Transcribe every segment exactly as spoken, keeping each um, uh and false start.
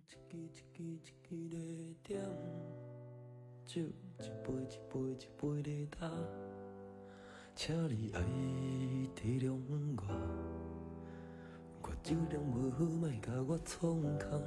请你爱体谅我，我酒量无好，莫甲我创空。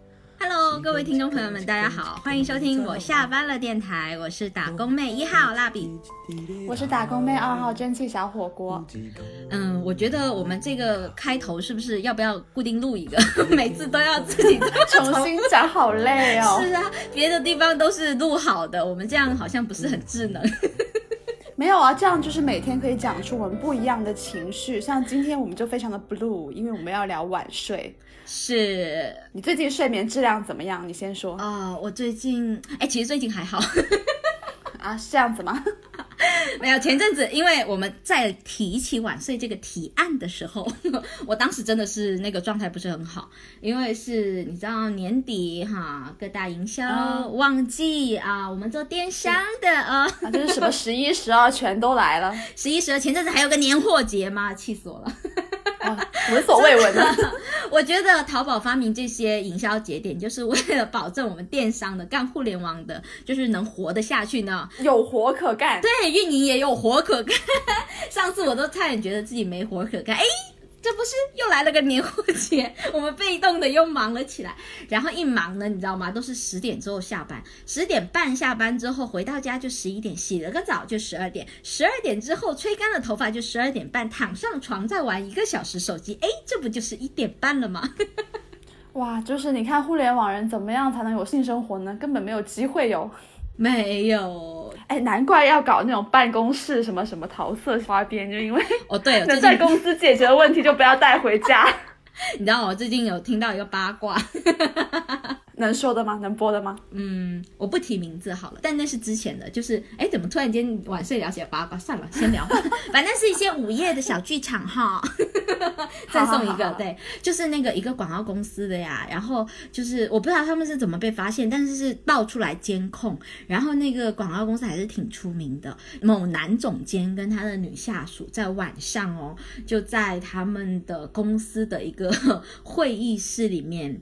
Hello， 各位听众朋友们，大家好，欢迎收听我下班了电台，我是打工妹一号蜡笔， 我是打工妹二号蒸汽小火锅。 嗯，我觉得我们这个开头是不是要不要固定录一个？每次都要自己重新讲，好累哦。 是啊，别的地方都是录好的，我们这样好像不是很智能。 没有啊，这样就是每天可以讲出我们不一样的情绪。像今天我们就非常的 blue， 因为我们要聊晚睡。 是， 你最近睡眠质量怎么样？你先说。 哦，我最近，哎，其实最近还好。 啊，是这样子吗？ 没有，前阵子因为我们在提起晚睡这个提案的时候，我当时真的是那个状态不是很好，因为是你知道年底哈，各大营销、嗯、旺季啊，我们做电商的啊， 啊就是什么十一、十二全都来了。 十一、十二前阵子还有个年货节嘛，气死我了。 啊、闻所未闻的。 我觉得淘宝发明这些营销节点，就是为了保证我们电商的、干互联网的，就是能活得下去呢， 有活可干。 对，运营也有活可干。上次我都差点觉得自己没活可干，哎。这不是又来了个年货节，我们被动的又忙了起来，然后一忙呢，你知道吗？都是十点之后下班，十点半下班之后回到家就十一点，洗了个澡就十二点，十二点之后吹干了头发就十二点半，躺上床再玩一个小时手机，哎，这不就是一点半了吗？ 哇，就是你看互联网人怎么样才能有性生活呢？根本没有机会有。 没有， 哎，难怪要搞那种办公室什么什么桃色花边，就因为哦对， 能在公司解决的问题就不要带回家。 你知道我最近有听到一个八卦。 能说的吗？能播的吗？ 嗯，我不提名字好了，但那是之前的，就是哎，怎么突然间晚睡聊起八卦？算了，先聊。反正是一些午夜的小剧场哈。再送一个，对，就是那个一个广告公司的呀，然后就是我不知道他们是怎么被发现，但是是爆出来监控，然后那个广告公司还是挺出名的，某男总监跟他的女下属在晚上哦，就在他们的公司的一个会议室里面。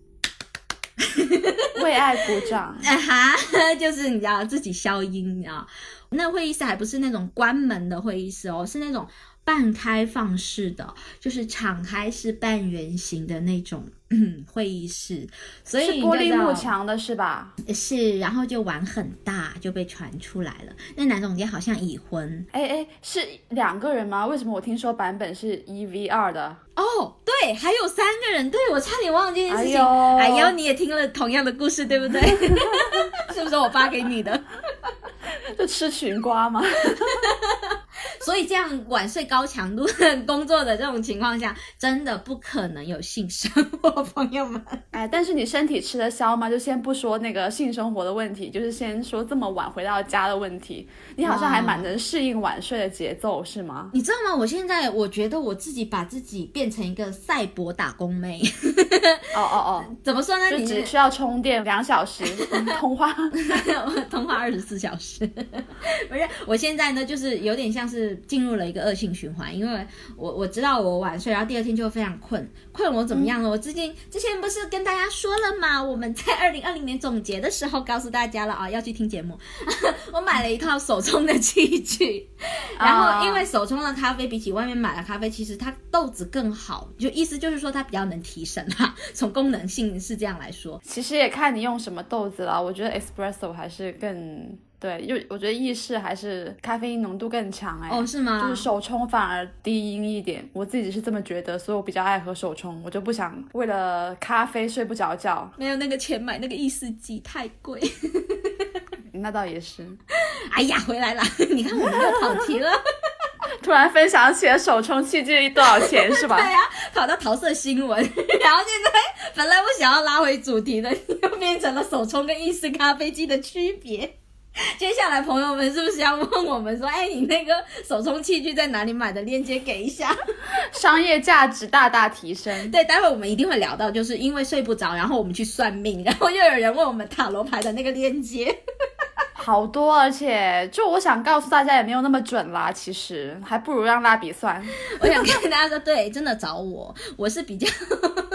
为爱鼓掌。 啊哈，就是你知道自己消音，你知道那会议室还不是那种关门的会议室哦，是那种半开放式的，就是敞开式半圆形的那种会议室，所以是玻璃幕墙的是吧？ 是，然后就玩很大，就被传出来了。那男总监好像已婚。 哎哎，是两个人吗？为什么我听说版本是一 v 二的？ 哦，对，还有三个人，对，我差点忘记这件事情。 哎呦， 哎呦，你也听了同样的故事，对不对？是不是我发给你的？ 就吃群瓜吗？ 所以这样晚睡高强度的工作的这种情况下，真的不可能有性生活，朋友们。 哎，但是你身体吃得消吗？就先不说那个性生活的问题，就是先说这么晚回到家的问题。你好像还蛮能适应晚睡的节奏，是吗？ 你知道吗？我现在我觉得我自己把自己变成一个赛博打工妹。 哦哦哦， 怎么说呢？ 就只需要充电两小时，通话通话二十四小时。不是，我现在呢，就是有点像是进入了一个恶性循环，因为我我知道我晚睡，然后第二天就非常困，困我怎么样了？嗯、我之前之前不是跟大家说了吗？我们在二零二零年总结的时候告诉大家了啊，要去听节目。我买了一套手冲的器具，然后因为手冲的咖啡比起外面买的咖啡，其实它豆子更好，就意思就是说它比较能提神哈，从功能性是这样来说。 其实也看你用什么豆子了，我觉得 espresso 还是更。对，就我觉得意式还是咖啡因浓度更强哎。 哦，是吗？ 就是手冲反而低因一点，我自己是这么觉得，所以我比较爱喝手冲，我就不想为了咖啡睡不着觉。 没有那个钱买那个意式机太贵。 那倒也是。 哎呀，回来了，你看我们又跑题了。 突然分享起了手冲器具多少钱是吧？ 对啊，跑到桃色新闻，然后现在本来我想要拉回主题的，又变成了手冲跟意式咖啡机的区别。接下来朋友们是不是要问我们说，哎，你那个手冲器具在哪里买的，链接给一下。 商业价值大大提升。 对，待会我们一定会聊到，就是因为睡不着，然后我们去算命，然后又有人问我们塔罗牌的那个链接。 好多，而且就我想告诉大家也没有那么准啦，其实还不如让蜡笔算。 我想跟大家说，对，真的找我，我是比较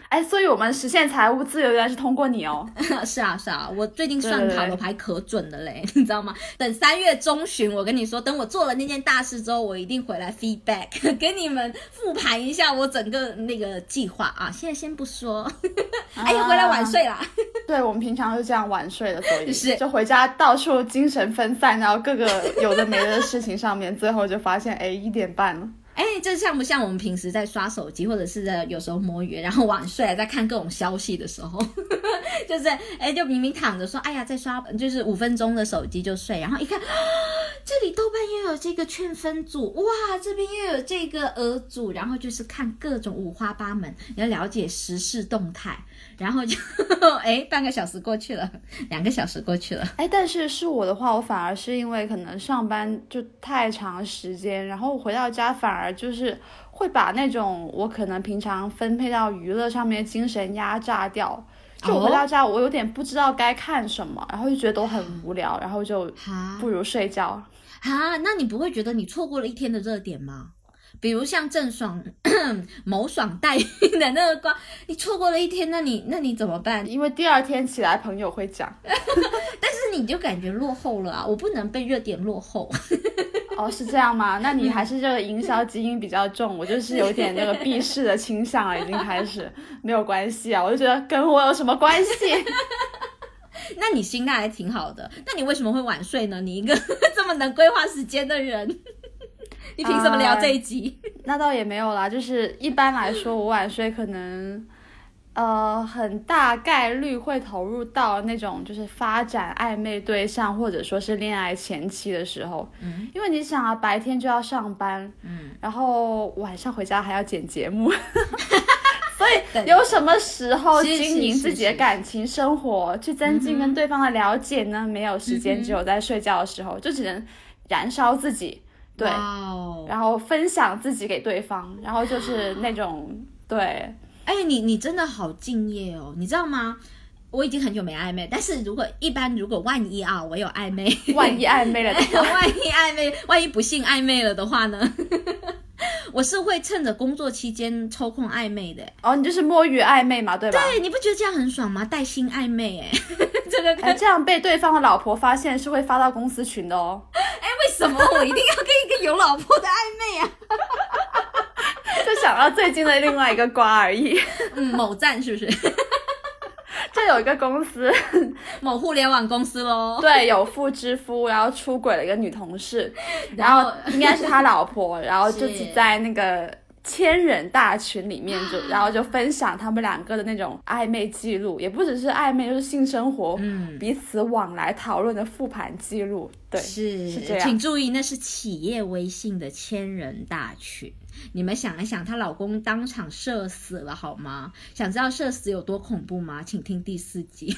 哎，所以我们实现财务自由原来是通过你哦。 是啊是啊，我最近算塔罗牌可准的嘞，你知道吗？等三月中旬，我跟你说，等我做了那件大事之后，我一定回来 feedback 给你们复盘一下我整个那个计划啊。现在先不说，哎呀，回来晚睡啦。 对，我们平常是这样晚睡的，所以是就回家到处精神分散，然后各个有的没的事情上面，最后就发现，哎，一点半了。 哎，这像不像我们平时在刷手机，或者是在有时候摸鱼，然后晚睡在看各种消息的时候，就是哎，就明明躺着说，哎呀，在刷就是五分钟的手机就睡，然后一看，啊，这里豆瓣又有这个劝分组，哇，这边又有这个鹅组，然后就是看各种五花八门，你要了解时事动态，然后就哎，半个小时过去了，两个小时过去了。 哎，但是是我的话，我反而是因为可能上班就太长时间，然后回到家反而就是会把那种我可能平常分配到娱乐上面的精神压榨掉。就我回到家，我有点不知道该看什么，然后就觉得都很无聊，然后就不如睡觉。 啊，那你不会觉得你错过了一天的热点吗？比如像郑爽某爽代孕的那个瓜，你错过了一天，那你那你怎么办？ 因为第二天起来朋友会讲但是你就感觉落后了啊，我不能被热点落后。 哦，是这样吗？那你还是这个营销基因比较重，我就是有点那个避世的倾向了，已经开始。没有关系啊，我就觉得跟我有什么关系？ 那你心态还挺好的，那你为什么会晚睡呢？你一个这么能规划时间的人，你凭什么聊这一集？ 呃、那倒也没有啦，就是一般来说我晚睡可能呃很大概率会投入到那种就是发展暧昧对象或者说是恋爱前期的时候。嗯，因为你想啊，白天就要上班，嗯，然后晚上回家还要剪节目。所以有什么时候经营自己的感情生活，去增进跟对方的了解呢？没有时间，只有在睡觉的时候，就只能燃烧自己，对，然后分享自己给对方，然后就是那种对。 哎，你你真的好敬业哦，你知道吗？我已经很久没暧昧，但是如果一般如果万一啊，我有暧昧， 万一暧昧了的话， 万一暧昧，万一不幸暧昧了的话呢？我是会趁着工作期间抽空暧昧的。 哦，你就是摸鱼暧昧嘛，对吧？ 对，你不觉得这样很爽吗？带薪暧昧，哎，这个哎，这样被对方的老婆发现是会发到公司群的哦。 哎，为什么我一定要跟一个有老婆的暧昧啊？ 就想到最近的另外一个瓜而已。 嗯，某站是不是？ 就有一个公司， 某互联网公司咯， 对，有妇之夫，然后出轨了一个女同事，然后应该是他老婆，然后就只在那个千人大群里面就，然后就分享他们两个的那种暧昧记录，也不只是暧昧，就是性生活，嗯，彼此往来讨论的复盘记录，对， 是是这样。 请注意，那是企业微信的千人大群。你们想一想，她老公当场社死了好吗？想知道社死有多恐怖吗？请听第四集。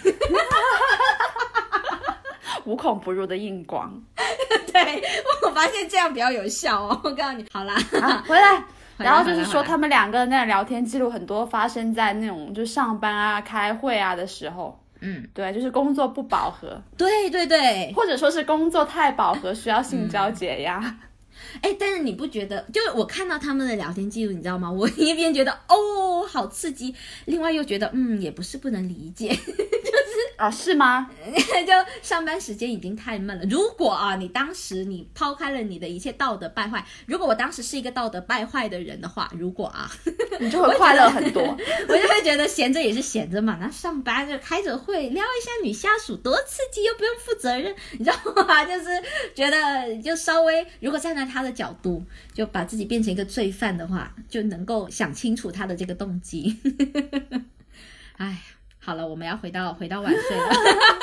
无孔不入的硬广。 对，我发现这样比较有效哦。我告诉你，好啦， 啊、回来。然后就是说，他们两个那种聊天记录很多发生在那种就上班啊、开会啊的时候。嗯，对，就是工作不饱和。 对对对， 或者说是工作太饱和，需要性交解压。嗯哎，但是你不觉得？就是我看到他们的聊天记录，你知道吗？我一边觉得哦好刺激，另外又觉得嗯也不是不能理解，就是哦是吗？ 就上班时间已经太闷了。如果啊，你当时你抛开了你的一切道德败坏，如果我当时是一个道德败坏的人的话，如果啊， 你就会快乐很多。 我就会觉得闲着也是闲着嘛，那上班就开着会撩一下女下属，多刺激，又不用负责任，你知道吗？就是觉得就稍微如果站在他的角度，就把自己变成一个罪犯的话，就能够想清楚他的这个动机。哎，好了，我们要回到回到晚睡了。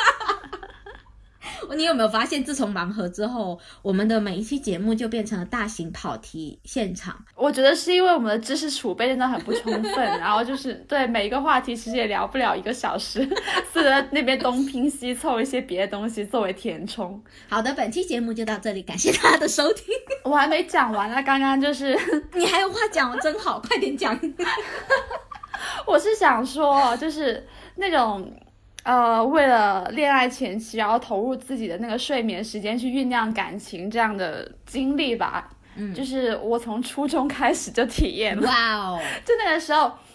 你有没有发现，自从盲盒之后，我们的每一期节目就变成了大型跑题现场？ 我觉得是因为我们的知识储备真的很不充分，然后就是对每一个话题其实也聊不了一个小时，是在那边东拼西凑一些别的东西作为填充。 好的，本期节目就到这里，感谢大家的收听。 我还没讲完啊，刚刚就是你还有话讲，真好，快点讲。 我是想说，就是那种。呃，为了恋爱前期，然后投入自己的那个睡眠时间去酝酿感情这样的经历吧，嗯，就是我从初中开始就体验了。 哇哦！ 就那个时候，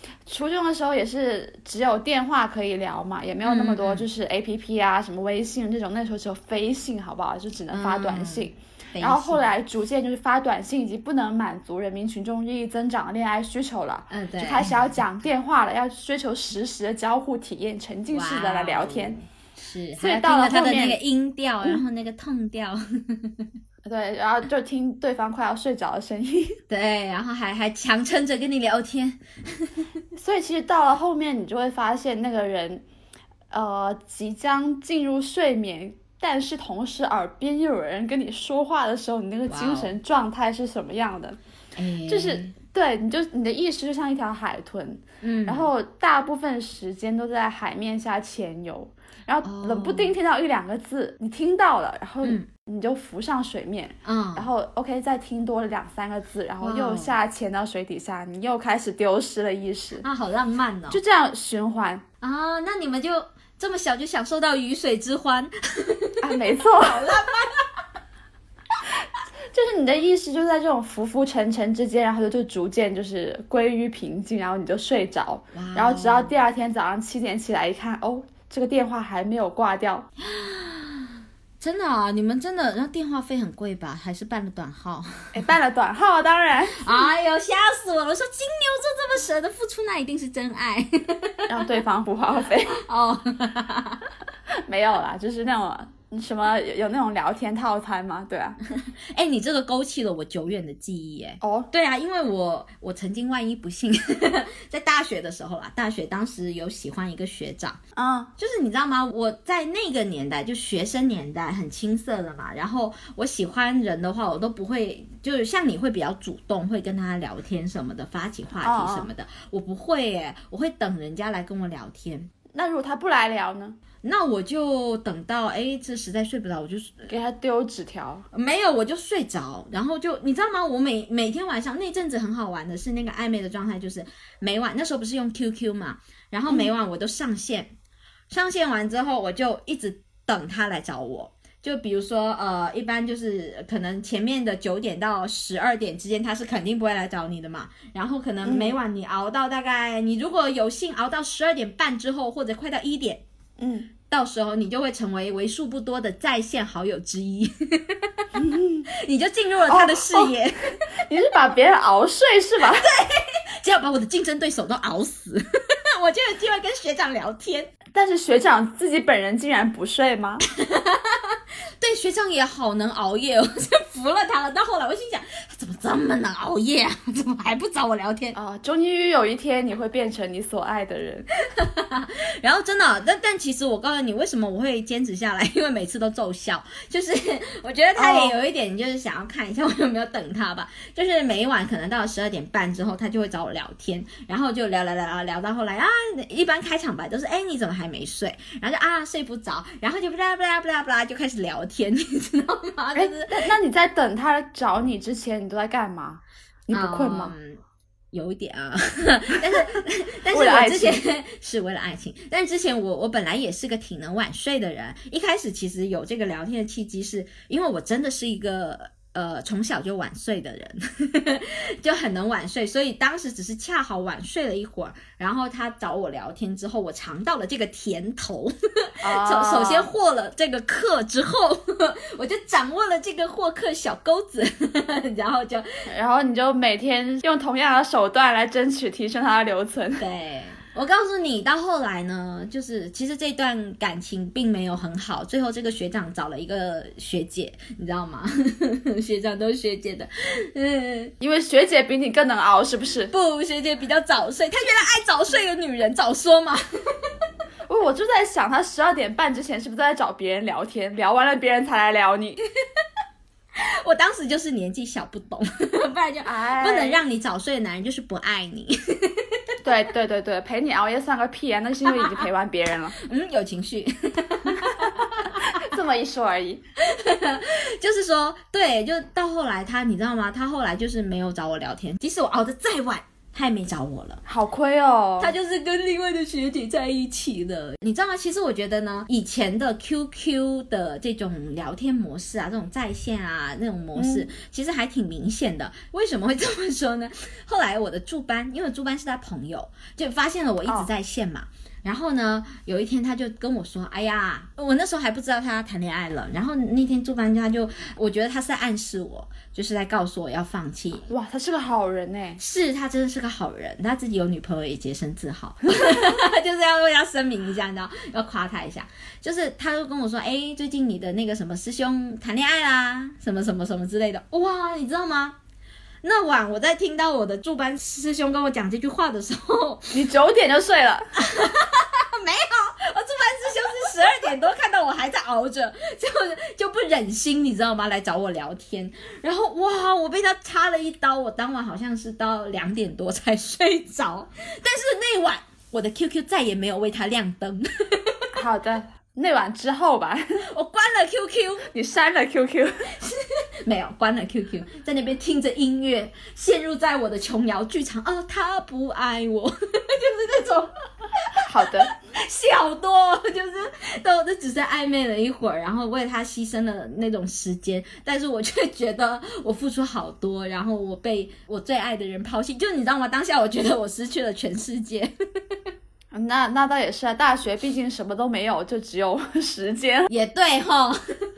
初中的时候也是只有电话可以聊嘛，也没有那么多就是 A P P 啊、嗯、什么微信这种，那时候只有飞信，好不好？就只能发短信。嗯、然后后来逐渐就是发短信已经不能满足人民群众日益增长的恋爱需求了， 嗯，对， 就开始要讲电话了，要追求实时的交互体验，沉浸式的来聊天。 是， 所以到了后面他的那个音调，然后那个痛调。 对，然后就听对方快要睡着的声音， 对，然后还还强撑着跟你聊天， 所以其实到了后面你就会发现那个人，呃，即将进入睡眠，但是同时耳边又有人跟你说话的时候，你那个精神状态是什么样的？ Wow. 就是对，你就你的意识就像一条海豚，嗯，然后大部分时间都在海面下潜游。然后冷不丁听到一两个字、oh. 你听到了，然后你就浮上水面，嗯，然后 OK 再听多了两三个字，然后又下潜到水底下， wow. 你又开始丢失了意识啊，好浪漫哦， 就这样循环啊。那你们就这么小就享受到鱼水之欢啊？没错， 好浪漫就是你的意识就在这种浮浮沉沉之间，然后就逐渐就是归于平静，然后你就睡着、wow. 然后直到第二天早上七点起来一看，哦，这个电话还没有挂掉。 真的啊？你们真的？然后电话费很贵吧？还是办了短号？ 哎，办了短号当然。 哎呦，吓死我了！我说金牛座这么舍得付出，那一定是真爱。 让对方付话费。 哦， 没有啦，就是那种什么有那种聊天套餐吗？对啊。 哎、欸，你这个勾起了我久远的记忆哎。 哦， 对啊，因为我我曾经万一不幸在大学的时候啦，大学当时有喜欢一个学长啊、嗯，就是你知道吗？我在那个年代就学生年代很青涩的嘛，然后我喜欢人的话，我都不会，就是像你会比较主动，会跟他聊天什么的，发起话题什么的，哦、我不会耶，我会等人家来跟我聊天。 那如果他不来聊呢？ 那我就等到哎，这实在睡不着，我就给他丢纸条。 没有，我就睡着，然后就你知道吗？我每每天晚上那阵子很好玩的是那个暧昧的状态，就是每晚那时候不是用 Q Q 嘛，然后每晚我都上线，嗯、上线完之后我就一直等他来找我。就比如说呃，一般就是可能前面的九点到十二点之间，他是肯定不会来找你的嘛。然后可能每晚你熬到大概，嗯、你如果有幸熬到十二点半之后，或者快到一点。嗯，到时候你就会成为为数不多的在线好友之一，你就进入了他的视野。哦哦、 你是把别人熬睡是吧？ 对，只要把我的竞争对手都熬死，我就有机会跟学长聊天。 但是学长自己本人竟然不睡吗？ 对，学长也好能熬夜，我就服了他了。到后来我心想，他怎么这么能熬夜啊？怎么还不找我聊天啊？终于有一天你会变成你所爱的人。 然后真的，但但其实我告诉你，为什么我会坚持下来？因为每次都奏效，就是我觉得他也有一点，就是想要看一下我有没有等他吧。就是每一晚可能到十二点半之后，他就会找我聊天，然后就聊聊聊聊聊到后来啊，一般开场白都是哎你怎么还没睡？然后就啊睡不着，然后就不啦不啦不啦不啦就开始聊天，你知道吗？就是、 那你在等他找你之前，你都在干嘛？你不困吗？ 嗯有一点啊，但是但是我之前是为了爱情，但是之前我我本来也是个挺能晚睡的人，一开始其实有这个聊天的契机，是因为我真的是一个呃从小就晚睡的人，就很能晚睡，所以当时只是恰好晚睡了一会儿，然后他找我聊天之后，我尝到了这个甜头，首首先获了这个课之后，我就掌握了这个获课小钩子，然后就然后你就每天用同样的手段来争取提升它的留存。 对，我告诉你，到后来呢，就是其实这段感情并没有很好，最后这个学长找了一个学姐，你知道吗？学长都是学姐的，嗯， 因为学姐比你更能熬，是不是？ 不，学姐比较早睡，她原来爱早睡的女人，早说嘛。 我就在想，她十二点半之前是不是在找别人聊天，聊完了别人才来聊你？ 我当时就是年纪小不懂，不然就不能让你早睡的男人就是不爱你。 对对对对，陪你熬夜算个屁啊！那是因为已经陪完别人了。 嗯，有情绪。 这么一说而已。 就是说，对，就到后来他，你知道吗？他后来就是没有找我聊天，即使我熬得再晚， 他也没找我了， 好亏哦。 他就是跟另外的学姐在一起了，你知道吗？其实我觉得呢，以前的 Q Q 的这种聊天模式啊，这种在线啊那种模式，嗯、其实还挺明显的。为什么会这么说呢？后来我的助班，因为助班是他朋友，就发现了我一直在线嘛。哦，然后呢，有一天他就跟我说：“哎呀，我那时候还不知道他谈恋爱了。”然后那天助班他就，我觉得他是在暗示我，就是在告诉我要放弃。 哇，他是个好人哎！ 是，他真的是个好人，他自己有女朋友也洁身自好，就是要为他声明一下，你知道，要夸他一下。就是他就跟我说：“哎，最近你的那个什么师兄谈恋爱啦，什么什么什么之类的。”哇，你知道吗？那晚我在听到我的助班师兄跟我讲这句话的时候， 你九点就睡了。 没有，我助班师兄是十二点多看到我还在熬着，就就不忍心，你知道吗？来找我聊天，然后哇，我被他插了一刀，我当晚好像是到两点多才睡着，但是那晚我的 Q Q 再也没有为他亮灯。 好的，那晚之后吧， 我关了 Q Q， 你删了 Q Q。 没有，关了 Q Q， 在那边听着音乐，陷入在我的琼瑶剧场。哦，他不爱我，就是那种。 好的， 小多就是都都只是暧昧了一会儿，然后为他牺牲了那种时间，但是我却觉得我付出好多，然后我被我最爱的人抛弃，就你知道吗？当下我觉得我失去了全世界。 那那倒也是啊，大学毕竟什么都没有，就只有时间。 也对齁。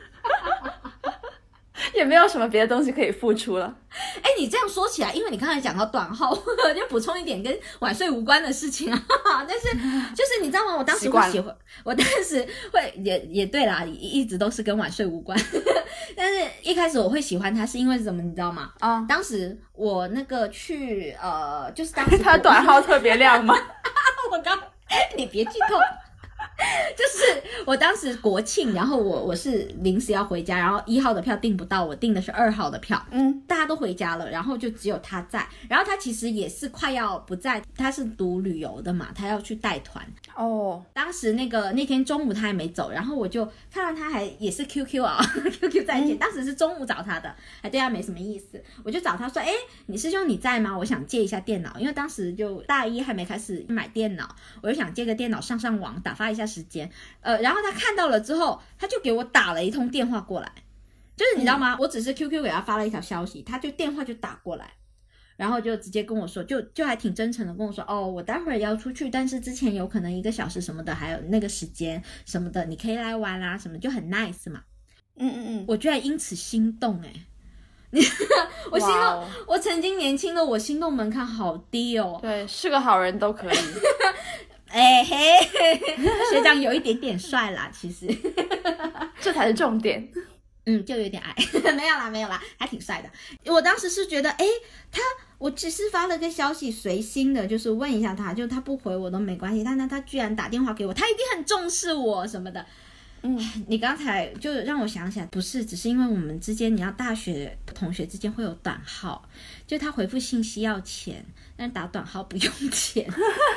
也没有什么别的东西可以付出了。 哎，你这样说起来，因为你刚才讲到短号，我就补充一点跟晚睡无关的事情啊。但是就是你知道吗？我当时会喜欢，我当时会也也对啦，一直都是跟晚睡无关。但是一开始我会喜欢他，是因为什么？你知道吗？啊、嗯，当时我那个去呃，就是当时他短号特别亮吗？ 我刚，你别剧透。就是我当时国庆，然后我我是临时要回家，然后一号的票订不到，我订的是二号的票，嗯，大家都回家了，然后就只有他在，然后他其实也是快要不在，他是读旅游的嘛，他要去带团哦。当时那个那天中午他还没走，然后我就看到他还也是 Q Q 啊，Q Q 在一起、嗯，当时是中午找他的，还对他没什么意思，我就找他说，哎，你师兄你在吗？我想借一下电脑，因为当时就大一还没开始买电脑，我就想借个电脑上上网，打发一下时间。呃，然后他看到了之后，他就给我打了一通电话过来，就是你知道吗？嗯、我只是 Q Q 给他发了一条消息，他就电话就打过来，然后就直接跟我说，就就还挺真诚的跟我说，哦，我待会儿要出去，但是之前有可能一个小时什么的，还有那个时间什么的，你可以来玩啦、啊，什么就很 nice 嘛。嗯嗯嗯，我居然因此心动哎、欸！我心动， wow. 我曾经年轻的我心动门槛好低哦。 对，是个好人都可以。 哎嘿，学长有一点点帅啦，其实这才是重点。 嗯，就有点矮，没有啦，没有啦，还挺帅的。我当时是觉得，哎，他，我只是发了个消息，随心的，就是问一下他，就他不回我都没关系，但他他居然打电话给我，他一定很重视我什么的。嗯，你刚才就让我想起来，不是，只是因为我们之间，你要大学同学之间会有短号，就他回复信息要钱，但打短号不用钱。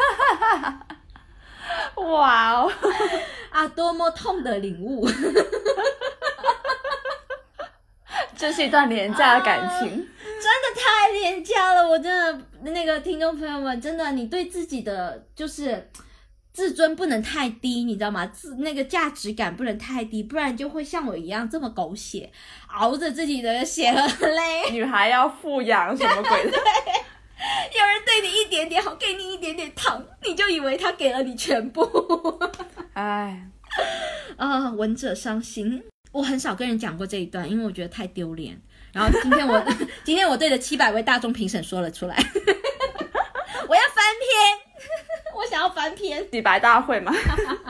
哇哦， 啊，多么痛的领悟！ 这是一段廉价的感情、啊、真的太廉价了。我真的那个听众朋友们，真的你对自己的就是自尊不能太低，你知道吗？自那个价值感不能太低，不然就会像我一样这么狗血，熬着自己的血和泪。 女孩要富养什么鬼的？ 对，有人对你一点点好，给你一点点糖，你就以为他给了你全部。哎，啊，闻者伤心。我很少跟人讲过这一段，因为我觉得太丢脸。然后今天我今天我对着七百位大众评审说了出来，我要翻篇，我想要翻篇， 洗白大会嘛。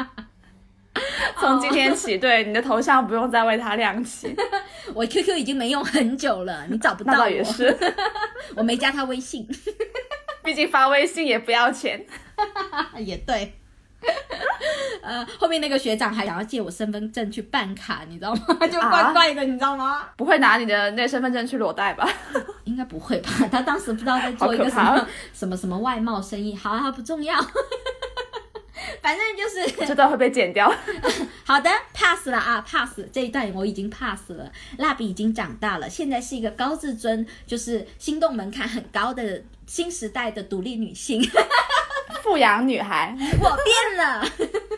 从今天起，对你的头像不用再为他亮起。 我 Q Q 已经没用很久了，你找不到我。 那倒也是， 我没加他微信， 毕竟发微信也不要钱。 也对。呃，后面那个学长还想要借我身份证去办卡，你知道吗？就怪怪的、啊，你知道吗？ 不会拿你的那个身份证去裸贷吧？ 应该不会吧？他当时不知道在做一个什么什么什么外贸生意，好啊，不重要。反正就是这段会被剪掉。 好的 pass 了啊 pass 这一段我已经 pass 了。蜡笔已经长大了，现在是一个高自尊，就是心动门槛很高的新时代的独立女性， 富养女孩。 我变了。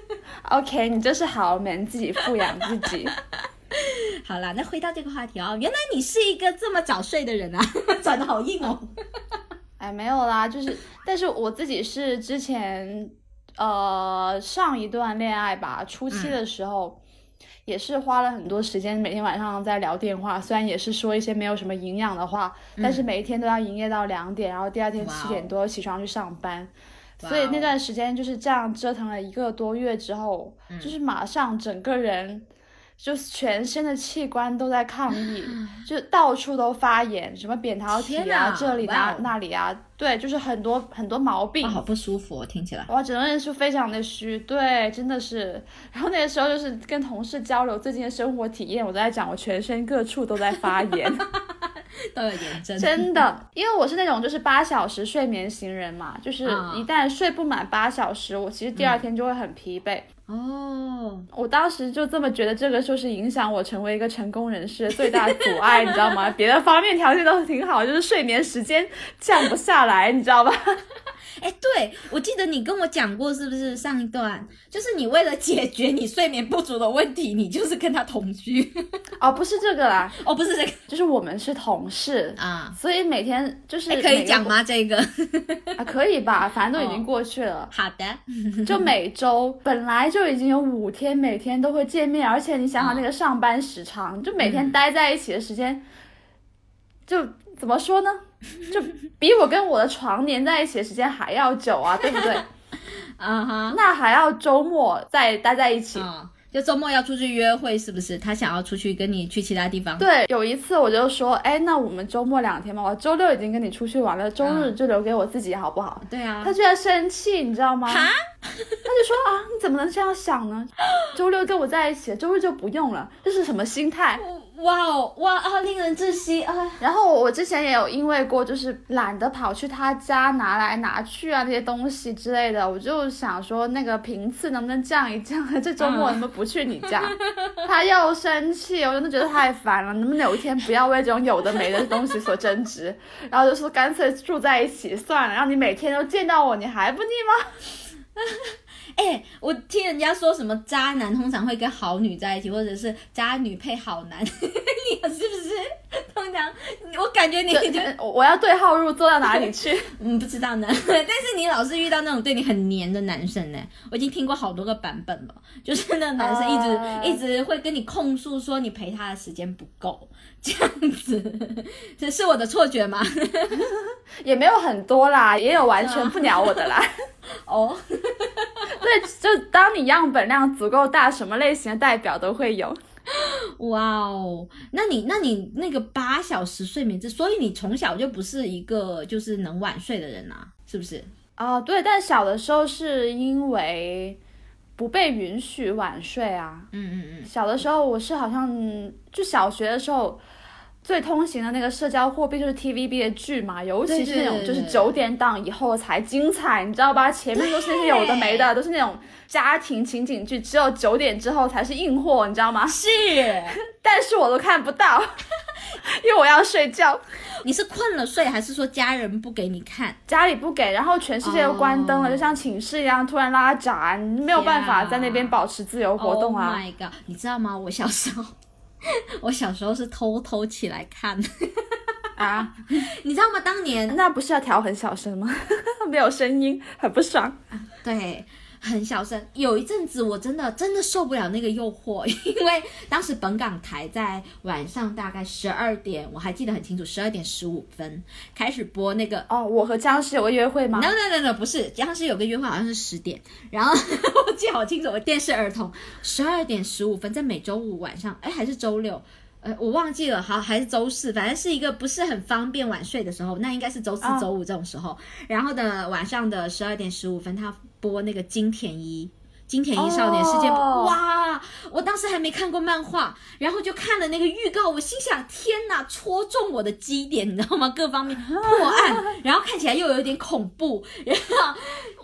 OK， 你就是豪门，自己富养自己。 好啦，那回到这个话题哦，原来你是一个这么早睡的人啊，转得好硬哦。 哎，没有啦，就是，但是我自己是之前，呃，上一段恋爱吧，初期的时候，嗯、也是花了很多时间，每天晚上在聊电话，虽然也是说一些没有什么营养的话，嗯、但是每一天都要营业到两点，然后第二天七点多起床去上班，所以那段时间就是这样折腾了一个多月之后，嗯、就是马上整个人。就是全身的器官都在抗议，就到处都发炎，什么扁桃体啊，这里啊那里啊，对，就是很多很多毛病， 好不舒服，听起来， 哇，整个人是非常的虚，对，真的是。然后那个时候就是跟同事交流最近的生活体验，我都在讲我全身各处都在发炎。 都有炎症， 真的，因为我是那种就是八小时睡眠型人嘛，就是一旦睡不满八小时，我其实第二天就会很疲惫。哦，我当时就这么觉得，这个就是影响我成为一个成功人士的最大阻碍，你知道吗？别的方面条件都挺好，就是睡眠时间降不下来，你知道吧？ 哎，对，我记得你跟我讲过，是不是上一段？就是你为了解决你睡眠不足的问题，你就是跟他同居。 哦，不是这个啦， 哦，不是这个， 就是我们是同事啊，所以每天就是可以讲吗？这个啊，可以吧？反正都已经过去了。 哦、好的， 就每周本来就已经有五天，每天都会见面，而且你想想那个上班时长，哦、就每天待在一起的时间，嗯、就怎么说呢？就比我跟我的床黏在一起的时间还要久啊，对不对？啊哈，那还要周末再待在一起。 嗯，就周末要出去约会，是不是？他想要出去跟你去其他地方。 对，有一次我就说，哎，那我们周末两天嘛，我周六已经跟你出去玩了，周日就留给我自己好不好？ 嗯、对啊。 他居然生气，你知道吗？哈？他就说啊，你怎么能这样想呢？周六跟我在一起，周日就不用了，这是什么心态？ 哇哦，哇啊，令人窒息啊！ 然后我之前也有因为过，就是懒得跑去他家拿来拿去啊，那些东西之类的，我就想说那个频次能不能降一降？这周末能不能不去你家？嗯、他又生气，我真的觉得太烦了，能不能有一天不要为这种有的没的东西所争执？然后就说干脆住在一起算了，让你每天都见到我，你还不腻吗？ 哎、欸，我听人家说什么渣男通常会跟好女在一起，或者是渣女配好男，你是不是？通常我感觉你就我要对号入座到哪里去？ 嗯，不知道呢。但是你老是遇到那种对你很黏的男生呢，我已经听过好多个版本了，就是那男生一直、uh... 一直会跟你控诉说你陪他的时间不够，这样子，这是我的错觉吗？ 也没有很多啦，也有完全不鸟我的啦。 哦， 对，就当你样本量足够大，什么类型的代表都会有。 哇哦，那你那你那个八小时睡眠制，所以你从小就不是一个就是能晚睡的人啊，是不是？ 啊、呃，对，但小的时候是因为不被允许晚睡啊。嗯嗯嗯。小的时候我是好像就小学的时候。最通行的那个社交货币就是 T V B 的剧嘛，尤其是那种就是九点档以后才精彩，你知道吧？前面都是那些有的没的，都是那种家庭情景剧，只有九点之后才是硬货，你知道吗？ 是， 但是我都看不到，因为我要睡觉。 你是困了睡，还是说家人不给你看？ 家里不给，然后全世界都关灯了， oh. 就像寝室一样突然拉闸，你没有办法在那边保持自由活动啊。 Oh my god， 你知道吗？我小时候我小时候是偷偷起来看啊，你知道吗？当年那不是要调很小声吗？没有声音，很不爽。 对，很小声。有一阵子我真的真的受不了那个诱惑，因为当时本港台在晚上大概十二点，我还记得很清楚，十二点十五分开始播那个哦，我和僵尸有个约会吗 ？No No No No， 不是，僵尸有个约会好像是十点，然后我记得好清楚，我电视儿童十二点十五分，在每周五晚上，哎，还是周六。呃，我忘记了，好还是周四，反正是一个不是很方便晚睡的时候，那应该是周四、周五这种时候。Oh. 然后的晚上的十二点十五分，他播那个金田一。金田一少年事件簿， oh. 哇！我当时还没看过漫画，然后就看了那个预告，我心想：天哪，戳中我的基点，你知道吗？各方面破案，然后看起来又有一点恐怖，然后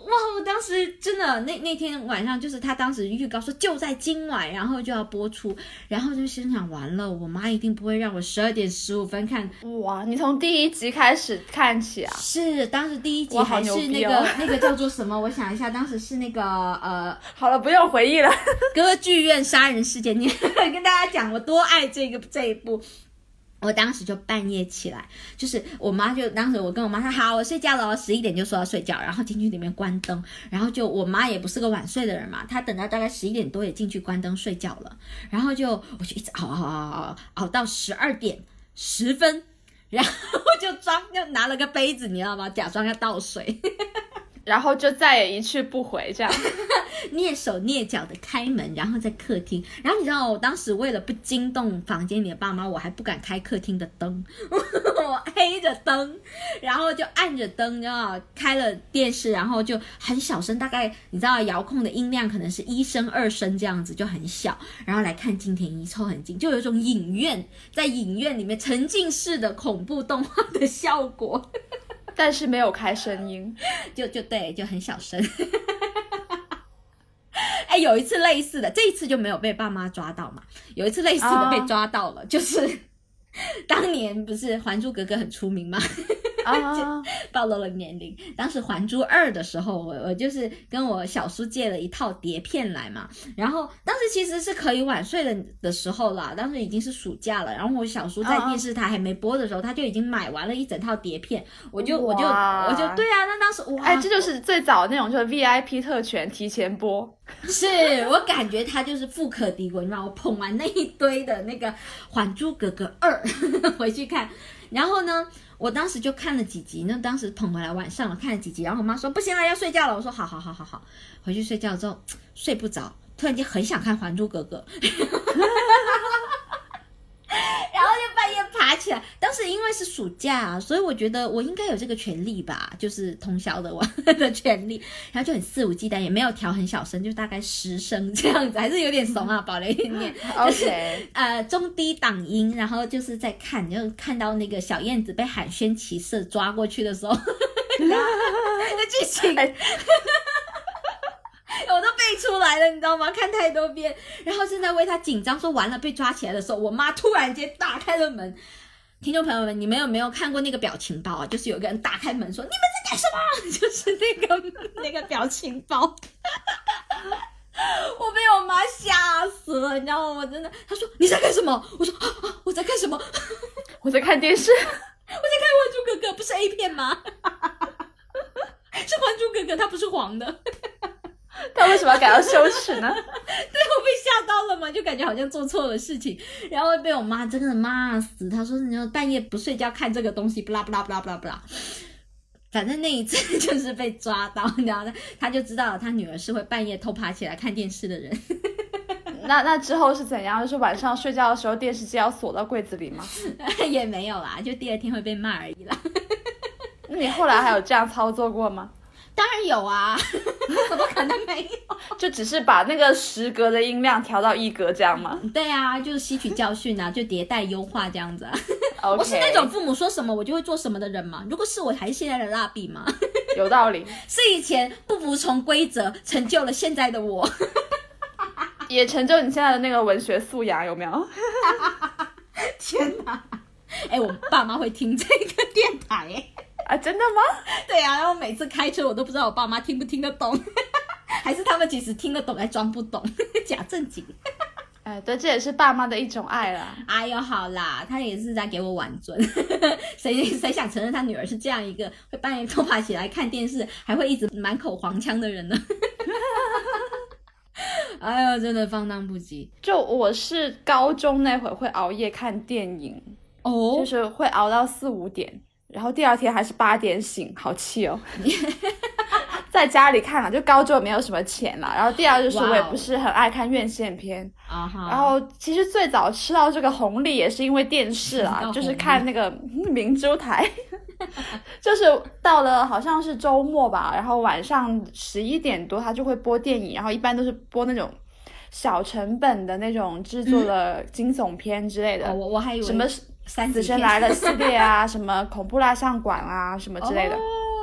哇，我当时真的那那天晚上，就是他当时预告说就在今晚，然后就要播出，然后就心想完了，我妈一定不会让我十二点十五分看。 哇，你从第一集开始看起啊？ 是，当时第一集哇还是那个、 哦、 那个叫做什么？我想一下，当时是那个呃， 好了，不用回忆了， 歌剧院杀人事件。你跟大家讲我多爱这个这一部。我当时就半夜起来，就是我妈就当时我跟我妈说好，我睡觉了，十一点就说要睡觉，然后进去里面关灯，然后就我妈也不是个晚睡的人嘛，她等到大概十一点多也进去关灯睡觉了，然后就我就一直熬熬熬熬熬到十二点十分，然后我就装就拿了个杯子，你知道吗？假装要倒水。 然后就再也一去不回，这样蹑手蹑脚的开门，然后在客厅，然后你知道我当时为了不惊动房间里的爸妈，我还不敢开客厅的灯，我黑着灯，然后就按着灯，然后开了电视，然后就很小声，大概你知道遥控的音量可能是一声二声这样子，就很小，然后来看金田一凑很近，就有一种影院在影院里面沉浸式的恐怖动画的效果。 但是没有开声音， 就就对，就很小声。哎，有一次类似的，这一次就没有被爸妈抓到嘛。有一次类似的被抓到了， oh. 就是当年不是《还珠格格》很出名吗？啊，暴露了年龄。当时《还珠二》的时候，我我就是跟我小叔借了一套碟片来嘛，然后当时其实是可以晚睡的的时候啦，当时已经是暑假了，然后我小叔在电视台还没播的时候，他就已经买完了一整套碟片，我就我就我就对啊，那当时哇， 哎，这就是最早那种就是 V I P 特权提前播， 是我感觉他就是富可敌国，你知道我捧完那一堆的那个《还珠格格二》回去看，然后呢。我当时就看了几集，那当时捧回来晚上我看了几集，然后我妈说不行了要睡觉了，我说好好好好好，回去睡觉之后睡不着，突然间很想看《还珠格格》然后就半夜爬起来，当时因为是暑假、啊、所以我觉得我应该有这个权利吧，就是通宵的我的权利，然后就很肆无忌惮，也没有调很小声，就大概十声这样子，还是有点怂啊，保了一点点就是 OK 呃中低档音，然后就是在看，就看到那个小燕子被海轩骑射抓过去的时候那剧情我都背出来了，你知道吗？看太多遍，然后正在为他紧张，说完了被抓起来的时候，我妈突然间打开了门。听众朋友们，你们有没有看过那个表情包啊？就是有个人打开门说：“你们在干什么？”就是那个那个表情包。我被我妈吓死了，你知道吗？我真的，她说你在干什么？我说啊啊，我在干什么？ 我在看电视， 我在看《还珠格格》，不是 A 片吗？是《还珠格格》，它不是黄的。 他为什么要感到羞耻呢？ 对，我被吓到了嘛，就感觉好像做错了事情，然后被我妈真的骂死。她说你半夜不睡觉看这个东西，不啦不啦不啦不啦不啦。反正那一次就是被抓到，然后他就知道了他女儿是会半夜偷爬起来看电视的人。 那那之后是怎样？就是晚上睡觉的时候电视机要锁到柜子里吗？ 也没有啦，就第二天会被骂而已啦。 那你后来还有这样操作过吗？ 当然有啊，怎么可能没有？ 就只是把那个十格的音量调到一格这样吗？ 对啊，就是吸取教训啊，就迭代优化这样子啊。 Okay. 我是那种父母说什么我就会做什么的人嘛。如果是我，还是现在的蜡笔吗？ 有道理。 是以前不服从规则，成就了现在的我， 也成就你现在的那个文学素养，有没有？ 天哪！哎，我爸妈会听这个电台哎。 啊，真的吗？ 对啊，然后每次开车我都不知道我爸妈听不听得懂，还是他们其实听得懂还装不懂，假正经。 哎，对，这也是爸妈的一种爱啦。 哎呦，好啦，他也是在给我挽尊。谁谁想承认他女儿是这样一个会半夜偷爬起来看电视，还会一直满口黄腔的人呢？哎呦，真的放荡不羁。 就我是高中那会会熬夜看电影， 哦， 就是会熬到四五点。然后第二天还是八点醒，好气哦。在家里看了，就高中也没有什么钱啦。然后第二就是我也不是很爱看院线片。 Uh huh. 然后其实最早吃到这个红利也是因为电视啦，就是看那个明珠台。就是到了好像是周末吧，然后晚上十一点多他就会播电影，然后一般都是播那种小成本的那种制作的惊悚片之类的。 嗯、我我还以为什么死神来了系列啊，什么恐怖蜡像馆啊，什么之类的。 哦，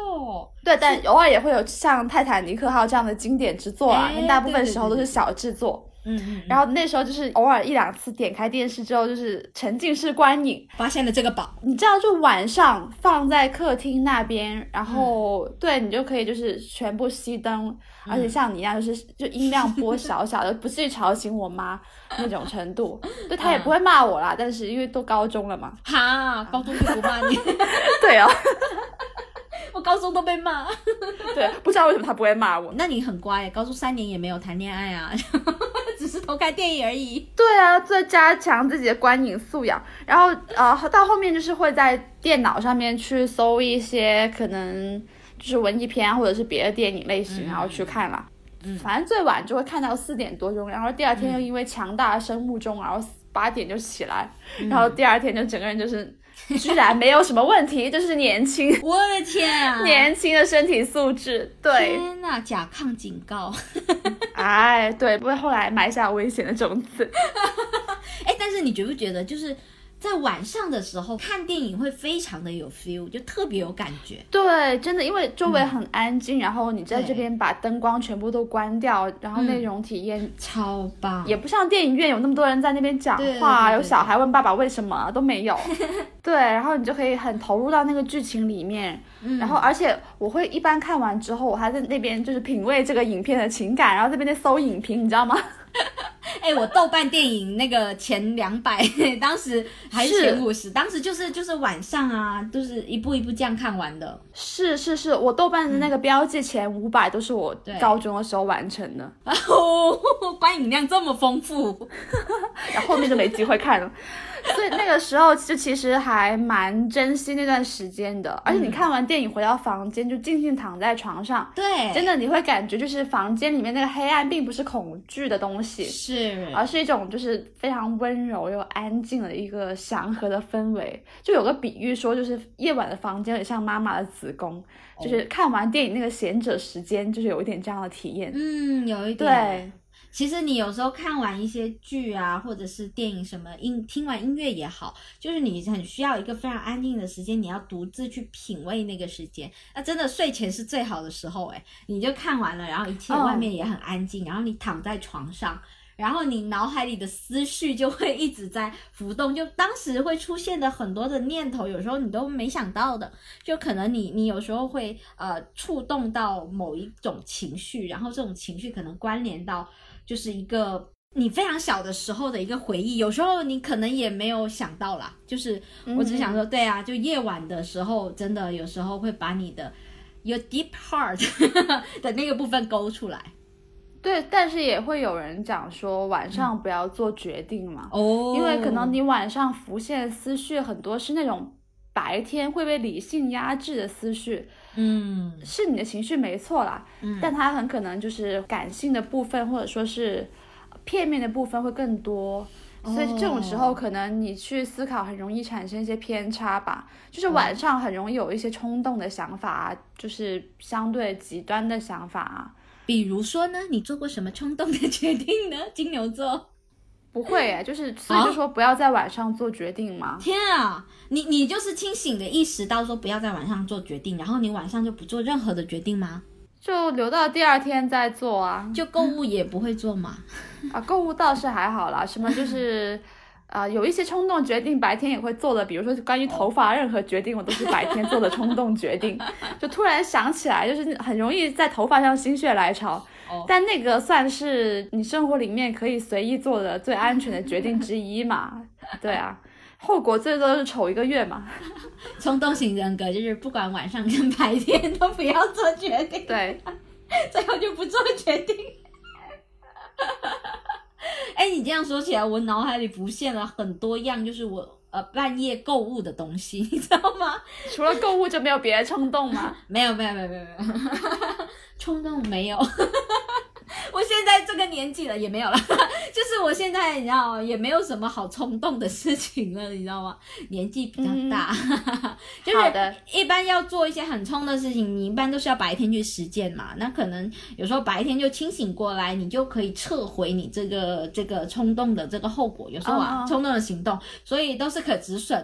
错。 对，但偶尔也会有像泰坦尼克号这样的经典之作啊， 哎但大部分对对时候都对是小制作。 嗯嗯， 然后那时候就是偶尔一两次点开电视之后，就是沉浸式观影， 发现了这个宝， 你知道，就晚上放在客厅那边，然后、嗯、对你就可以就是全部熄灯、嗯，而且像你一样就是就音量拨小小的，不至于吵醒我妈那种程度。对，她也不会骂我啦，嗯、但是因为都高中了嘛。 哈，高中就不骂你？ 对啊。 我高中都被骂。 对，不知道为什么他不会骂我。 那你很乖耶，高中三年也没有谈恋爱啊，只是偷看电影而已。 对啊，在加强自己的观影素养，然后呃，到后面就是会在电脑上面去搜一些可能就是文艺片或者是别的电影类型，嗯、然后去看啦。嗯，反正最晚就会看到四点多钟，然后第二天又因为强大的生物钟，然后八点就起来，嗯、然后第二天就整个人就是。居然没有什么问题，就是年轻， 我的天啊， 年轻的身体素质，对， 天哪，甲亢警告， 哎，对，不会后来埋下危险的种子。 哎，但是你觉不觉得，就是在晚上的时候看电影会非常的有 feel， 就特别有感觉。 对，真的，因为周围很安静、嗯、然后你在这边把灯光全部都关掉，然后内容体验、嗯、 超棒， 也不像电影院有那么多人在那边讲话， 对对对对对， 有小孩问爸爸为什么都没有。对，然后你就可以很投入到那个剧情里面、嗯、然后而且我会一般看完之后我还在那边就是品味这个影片的情感，然后这边在搜影评，你知道吗？ 哎、欸，我豆瓣电影那个前两百，当时还是前五十，当时就是就是晚上啊，就是一步一步这样看完的。 是是是，我豆瓣的那个标记前五百都是我高中的时候完成的。 哦，观影量这么丰富， 然后后面就没机会看了。所以那个时候就其实还蛮珍惜那段时间的，而且你看完电影回到房间就静静躺在床上， 对， 真的你会感觉就是房间里面那个黑暗并不是恐惧的东西， 是， 而是一种就是非常温柔又安静的一个祥和的氛围。就有个比喻说，就是夜晚的房间也像妈妈的子宫，哦、就是看完电影那个闲者时间就是有一点这样的体验。 嗯，有一点。 对。 其实你有时候看完一些剧啊，或者是电影什么音，听完音乐也好，就是你很需要一个非常安静的时间，你要独自去品味那个时间。那真的睡前是最好的时候，诶你就看完了，然后一切外面也很安静， oh. 然后你躺在床上，然后你脑海里的思绪就会一直在浮动，就当时会出现的很多的念头，有时候你都没想到的，就可能你你有时候会呃触动到某一种情绪，然后这种情绪可能关联到就是一个你非常小的时候的一个回忆，有时候你可能也没有想到啦，就是我只想说、嗯、对啊，就夜晚的时候真的有时候会把你的 your deep heart 的那个部分勾出来。 对，但是也会有人讲说晚上不要做决定嘛， 哦、嗯， 因为可能你晚上浮现思绪很多是那种白天会被理性压制的思绪， 嗯， 是你的情绪没错啦，嗯，但它很可能就是感性的部分或者说是片面的部分会更多，所以这种时候可能你去思考很容易产生一些偏差吧，就是晚上很容易有一些冲动的想法啊，就是相对极端的想法啊。 比如说呢，你做过什么冲动的决定呢？金牛座不会耶，就是所以就说不要在晚上做决定嘛。 天啊，你你就是清醒的意识到说不要在晚上做决定，然后你晚上就不做任何的决定吗？ 就留到第二天再做啊。 就购物也不会做吗？ 啊，购物倒是还好啦，什么就是呃，有一些冲动决定白天也会做的，比如说关于头发任何决定我都是白天做的冲动决定就突然想起来，就是很容易在头发上心血来潮，哦、但那个算是你生活里面可以随意做的最安全的决定之一嘛对啊，后果最多是丑一个月嘛冲动型人格就是不管晚上跟白天都不要做决定， 对最后就不做决定哎、欸，你这样说起来，我脑海里浮现了很多样，就是我呃半夜购物的东西，你知道吗？ 除了购物就没有别的冲动吗？ 没有没有没有没有没有，冲动没有。我现在这个年纪了也没有了，就是我现在你知道也没有什么好冲动的事情了，你知道吗？年纪比较大，嗯、就是一般要做一些很冲的事情，你一般都是要白天去实践嘛。那可能有时候白天就清醒过来，你就可以撤回你这个这个冲动的这个后果。有时候啊， oh, oh. 冲动的行动，所以都是可止损的。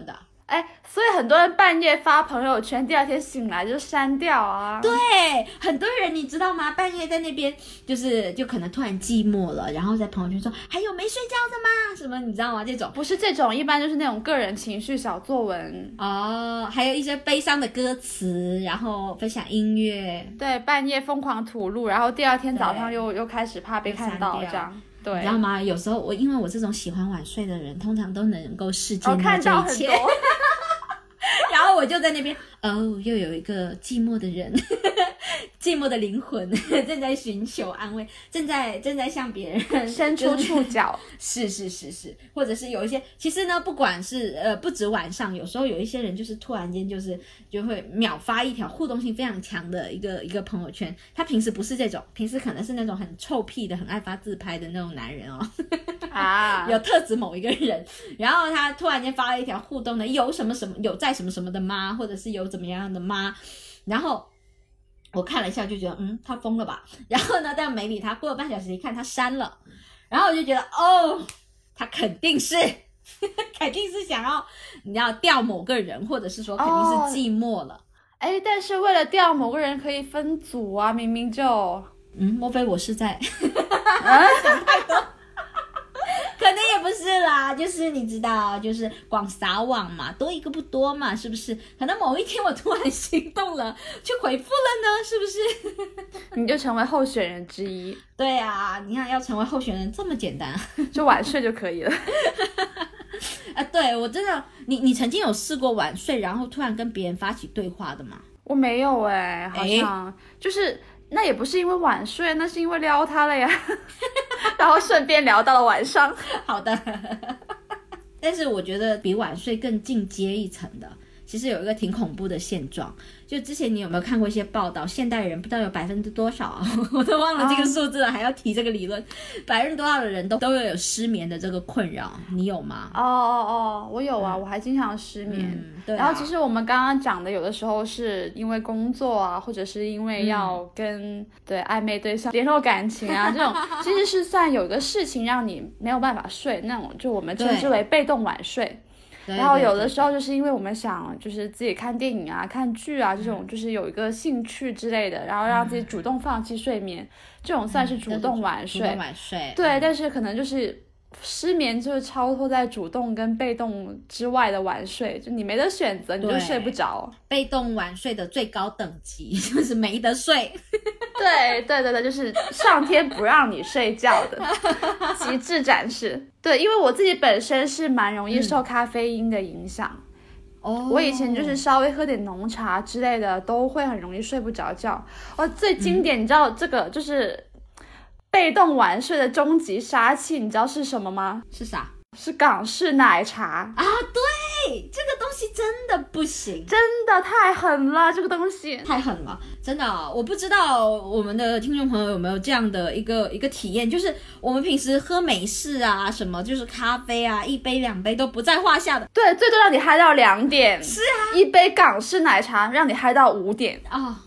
哎，所以很多人半夜发朋友圈，第二天醒来就删掉啊。 对，很多人你知道吗？半夜在那边就是就可能突然寂寞了，然后在朋友圈说还有没睡觉的吗？什么你知道吗？这种不是这种，一般就是那种个人情绪小作文哦，还有一些悲伤的歌词，然后分享音乐。 对，半夜疯狂吐露，然后第二天早上又又开始怕被看到这样。对， 你知道吗？有时候我因为我这种喜欢晚睡的人，通常都能够视见到这一切。哦然后我就在那边，哦，又有一个寂寞的人，寂寞的灵魂正在寻求安慰，正在正在向别人伸出触角。 是是是是，或者是有一些，其实呢，不管是呃，不止晚上，有时候有一些人就是突然间就是就会秒发一条互动性非常强的一个一个朋友圈。他平时不是这种，平时可能是那种很臭屁的、很爱发自拍的那种男人哦。 啊， 有特指某一个人，然后他突然间发了一条互动的，有什么什么有在什么什么的吗？或者是有怎么样的吗？然后我看了一下，就觉得嗯，他疯了吧？然后呢，但没理他。过了半小时一看，他删了，然后我就觉得哦，他肯定是，肯定是想要你要钓某个人，或者是说肯定是寂寞了。 哎、哦，但是为了钓某个人可以分组啊，明明就嗯，莫非我是在啊想太多？可能也不是啦，就是你知道，就是广撒网嘛，多一个不多嘛，是不是？可能某一天我突然心动了，去回复了呢，是不是？ 你就成为候选人之一。 对啊，你看要成为候选人这么简单， 就晚睡就可以了。 啊，对，我真的，你你曾经有试过晚睡，然后突然跟别人发起对话的吗？ 我没有哎、欸，好像、欸、就是那也不是因为晚睡，那是因为撩他了呀。然后顺便聊到了晚上。 好的。但是我觉得比晚睡更进阶一层的，其实有一个挺恐怖的现状。就之前你有没有看过一些报道，现代人不知道有百分之多少啊，我都忘了这个数字了、啊、还要提这个理论，百分之多少的人都都有失眠的这个困扰，你有吗？ 哦哦哦，我有啊、嗯、我还经常失眠、 嗯对啊、 然后其实我们刚刚讲的有的时候是因为工作啊，或者是因为要跟、嗯、对暧昧对象联络感情啊，这种其实是算有一个事情让你没有办法睡，那种就我们称之为被动晚睡。然后有的时候就是因为我们想就是自己看电影啊看剧啊这种就是有一个兴趣之类的，然后让自己主动放弃睡眠、嗯、这种算是主动晚睡、嗯、主动晚睡对、嗯、但是可能就是失眠就是超脱在主动跟被动之外的晚睡，就你没得选择，你就睡不着。 被动晚睡的最高等级就是没得睡。 对对对对，就是上天不让你睡觉的极致展示。对，因为我自己本身是蛮容易受咖啡因的影响、嗯、我以前就是稍微喝点浓茶之类的都会很容易睡不着觉。哦，最经典、嗯、你知道这个就是被动晚睡的终极杀器你知道是什么吗？ 是啥？ 是港式奶茶啊！对，这个东西真的不行， 真的太狠了，这个东西太狠了，真的、哦。我不知道我们的听众朋友有没有这样的一个一个体验，就是我们平时喝美式啊，什么就是咖啡啊，一杯两杯都不在话下的。 对，最多让你嗨到两点。 是啊， 一杯港式奶茶让你嗨到五点啊。哦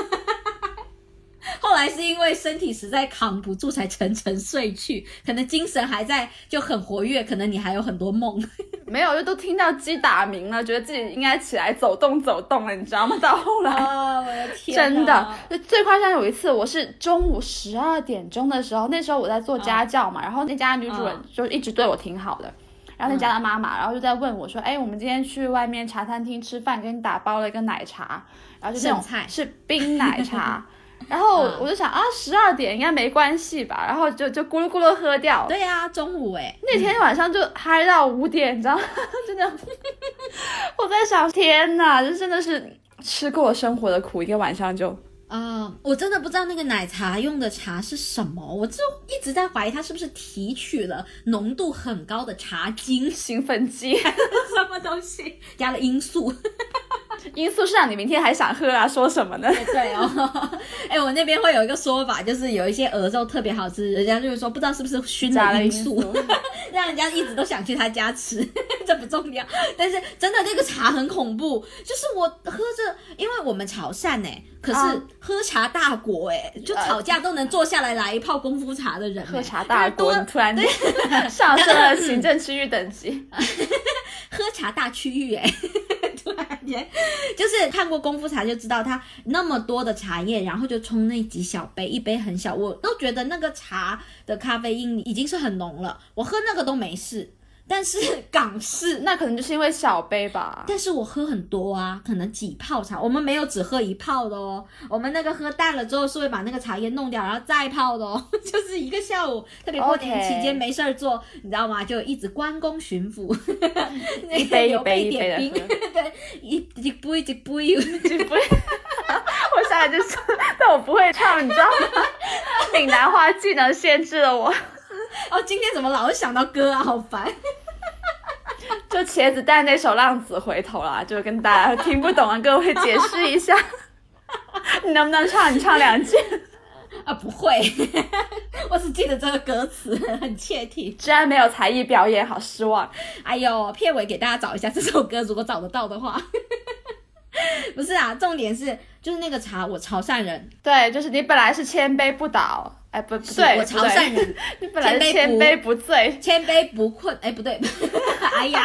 后来是因为身体实在扛不住才沉沉睡去，可能精神还在就很活跃，可能你还有很多梦。 没有，就都听到鸡打鸣了，觉得自己应该起来走动走动了，你知道吗？到后来哦，我的天， 真的最夸张有一次，我是中午十二点钟的时候，那时候我在做家教嘛、哦、然后那家女主人就一直对我挺好的、哦、然后那家的妈妈、嗯、然后就在问我说，哎，我们今天去外面茶餐厅吃饭，给你打包了一个奶茶，然后就那种是冰奶茶然后我就想、嗯、啊，十二点应该没关系吧，然后就就咕噜咕噜喝掉。 对啊，中午哎， 那天晚上就嗨到五点，你知道吗？真的，我在想，天哪，这真的是吃过生活的苦，一个晚上就。 啊、uh, 我真的不知道那个奶茶用的茶是什么，我就一直在怀疑它是不是提取了浓度很高的茶精、 兴奋剂什么东西，加了罂粟。 罂粟是让你明天还想喝啊？说什么呢？ 对, 对哦，哎，我那边会有一个说法，就是有一些鹅肉特别好吃，人家就是说不知道是不是熏了罂粟，让人家一直都想去他家吃，这不重要。但是真的那个茶很恐怖，就是我喝着，因为我们潮汕哎，可是喝茶大国哎、uh, ，就吵架都能坐下来来一泡功夫茶的人， 喝茶大国，你突然上升了行政区域等级。 喝茶茶大区域哎，突然间就是看过功夫茶就知道，它那么多的茶叶，然后就冲那几小杯，一杯很小，我都觉得那个茶的咖啡因已经是很浓了，我喝那个都没事。但是港式那可能就是因为小杯吧。 但是我喝很多啊，可能几泡茶，我们没有只喝一泡的哦，我们那个喝淡了之后是会把那个茶叶弄掉，然后再泡的哦，就是一个下午，特别过年期间没事儿做， okay. 你知道吗？就一直关公巡抚， 一杯一杯一杯的喝， 对，一一杯一杯一杯。 我下来就是，但我不会唱，你知道吗？闽南话技能限制了我。 哦，今天怎么老是想到歌啊，好烦。 就茄子蛋那首《浪子回头》啦，就跟大家听不懂的各位解释一下。你能不能唱？你唱两句。 啊，不会，我只记得这个歌词，很切题。 居然没有才艺表演，好失望。 哎呦，片尾给大家找一下这首歌，如果找得到的话。不是啊，重点是就是那个茶，我潮汕人。 对，就是你本来是千杯不倒，哎不不对， 我潮汕人， 你本来是千杯不醉， 千杯不困，哎不对，哎呀，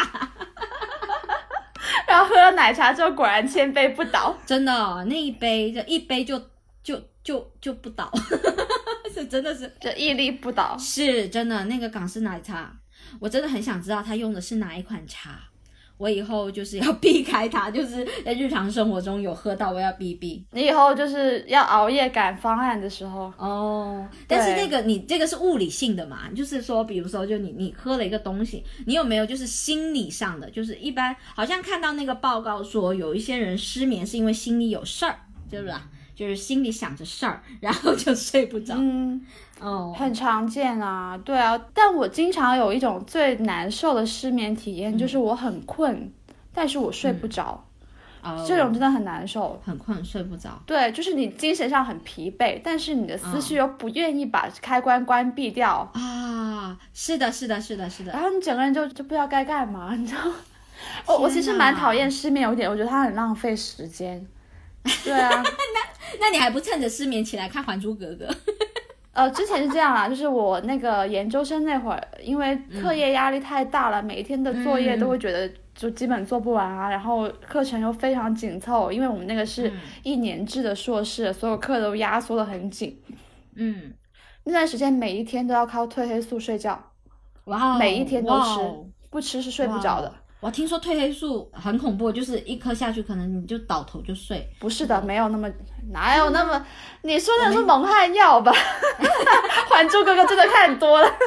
然后喝了奶茶之后果然千杯不倒， 真的、哦、那一杯就一杯就就就就不倒，是真的是就屹立不倒， 是真的。那个港式奶茶，我真的很想知道他用的是哪一款茶。我以后就是要避开它，就是在日常生活中有喝到，我要避避。 你以后就是要熬夜赶方案的时候哦，但是那个你这个是物理性的嘛，就是说，比如说，就你你喝了一个东西，你有没有就是心理上的，就是一般好像看到那个报告说，有一些人失眠是因为心里有事儿，就是啊，就是心里想着事儿，然后就睡不着。 嗯。 哦， 很常见啊，对啊，但我经常有一种最难受的失眠体验，嗯、就是我很困，但是我睡不着、嗯哦，这种真的很难受， 很困睡不着。 对，就是你精神上很疲惫，但是你的思绪又不愿意把开关关闭掉、 哦、啊，是的，是的，是的，是的， 然后你整个人就就不知道该干嘛，你知道吗？我我其实蛮讨厌失眠，有一点我觉得它很浪费时间。对啊， 那那你还不趁着失眠起来看《还珠格格》？ 呃，之前是这样啦，就是我那个研究生那会儿，因为课业压力太大了，嗯、每一天的作业都会觉得就基本做不完啊，嗯、然后课程又非常紧凑，因为我们那个是一年制的硕士，嗯、所有课都压缩得很紧。嗯，那段时间每一天都要靠褪黑素睡觉，哇，每一天都吃，不吃是睡不着的。 我听说褪黑素很恐怖，就是一颗下去可能你就倒头就睡。 不是的，没有那么，哪有那么，你说的是蒙汗药吧？还珠格格真的看多了。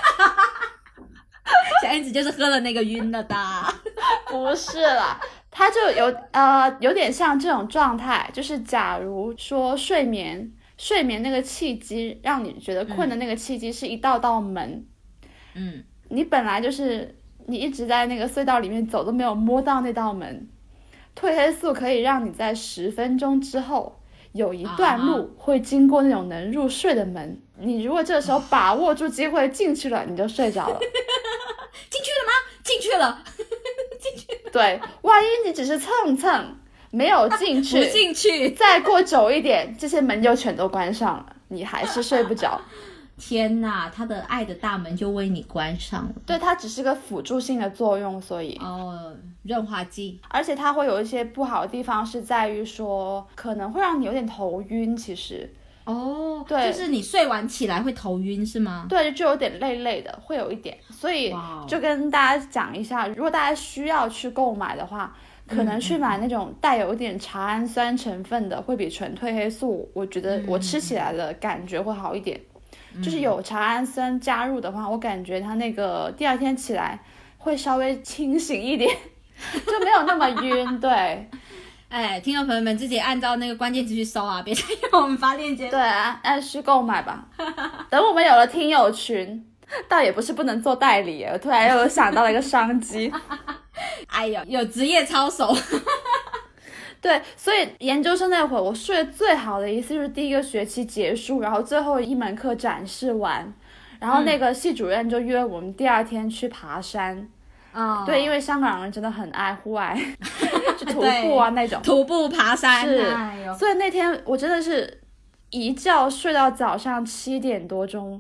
小燕子就是喝了那个晕了的。 不是啦，它就有呃有点像这种状态，就是假如说睡眠睡眠那个契机让你觉得困的那个契机是一道道门，嗯，你本来就是你一直在那个隧道里面走都没有摸到那道门，褪黑素可以让你在十分钟之后有一段路会经过那种能入睡的门，你如果这个时候把握住机会进去了，你就睡着了。 进去了吗？进去了，进去了。 对，万一你只是蹭蹭没有进去， 不进去， 再过久一点，这些门就全都关上了，你还是睡不着。 天哪，他的爱的大门就为你关上了。 对，它只是个辅助性的作用，所以哦，润滑剂。 而且它会有一些不好的地方，是在于说可能会让你有点头晕，其实。 哦， 对， 就是你睡完起来会头晕是吗？ 对，就有点累累的，会有一点。所以就跟大家讲一下，如果大家需要去购买的话，可能去买那种带有一点茶氨酸成分的，会比纯褪黑素，我觉得我吃起来的感觉会好一点。嗯、就是有茶氨酸加入的话，我感觉它那个第二天起来会稍微清醒一点，就没有那么晕。对。 哎，听众朋友们自己按照那个关键词去搜啊，别再让我们发链接。 对啊，按需购买吧。等我们有了听友群，倒也不是不能做代理，我突然又想到了一个商机。 哎呦，有职业操守。 对，所以研究生那会儿我睡得最好的一次就是第一个学期结束，然后最后一门课展示完，然后那个系主任就约我们第二天去爬山。哦，对，因为香港人真的很爱户外，就徒步啊那种， 徒步爬山。 是， 哎呦， 所以那天我真的是一觉睡到早上七点多钟，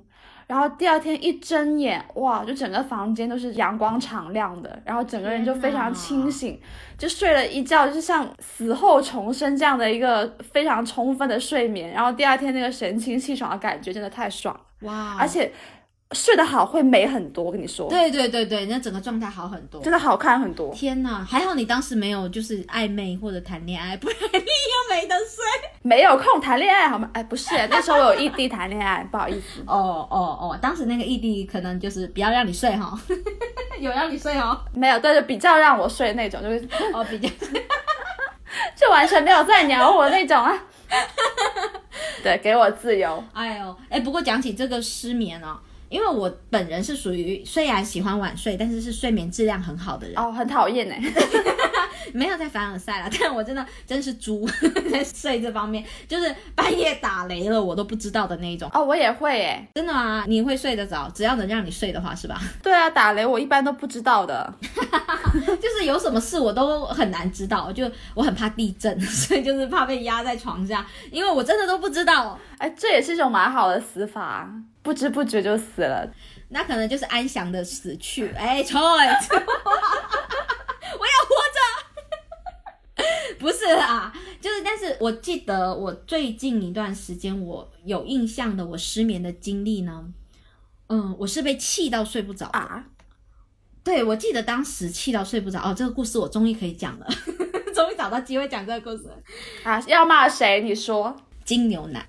然后第二天一睁眼，哇，就整个房间都是阳光敞亮的，然后整个人就非常清醒，就睡了一觉，就是像死后重生这样的一个非常充分的睡眠，然后第二天那个神清气爽的感觉真的太爽了， 哇！ 而且睡得好会美很多，我跟你说。 对对对对，那整个状态好很多， 真的好看很多。 天哪，还好你当时没有就是暧昧或者谈恋爱，不然你又没得睡。 没有空谈恋爱好吗？哎，不是，那时候我有异地谈恋爱，不好意思。 哦哦哦，当时那个异地可能就是不要让你睡哈，有让你睡哦。 没有，对，就比较让我睡那种，就是哦比较， 就完全没有在鸟我那种啊。对，给我自由。 哎呦，哎，不过讲起这个失眠哦。因为我本人是属于虽然喜欢晚睡，但是是睡眠质量很好的人。 哦，很讨厌哎。 没有在凡尔赛啦，但我真的真是猪，在睡这方面，就是半夜打雷了我都不知道的那一种。 哦，我也会哎。 真的吗？你会睡得着，只要能让你睡的话是吧？ 对啊，打雷我一般都不知道的。 就是有什么事我都很难知道，就我很怕地震，所以就是怕被压在床下，因为我真的都不知道。 哎，这也是一种蛮好的死法，不知不觉就死了。 那可能就是安详的死去。哎，错，我要活着。不是啦，就是但是我记得我最近一段时间我有印象的我失眠的经历呢，嗯，我是被气到睡不着啊。对，我记得当时气到睡不着。哦，这个故事我终于可以讲了，终于找到机会讲这个故事了。 啊，要骂谁？你说。 金牛男。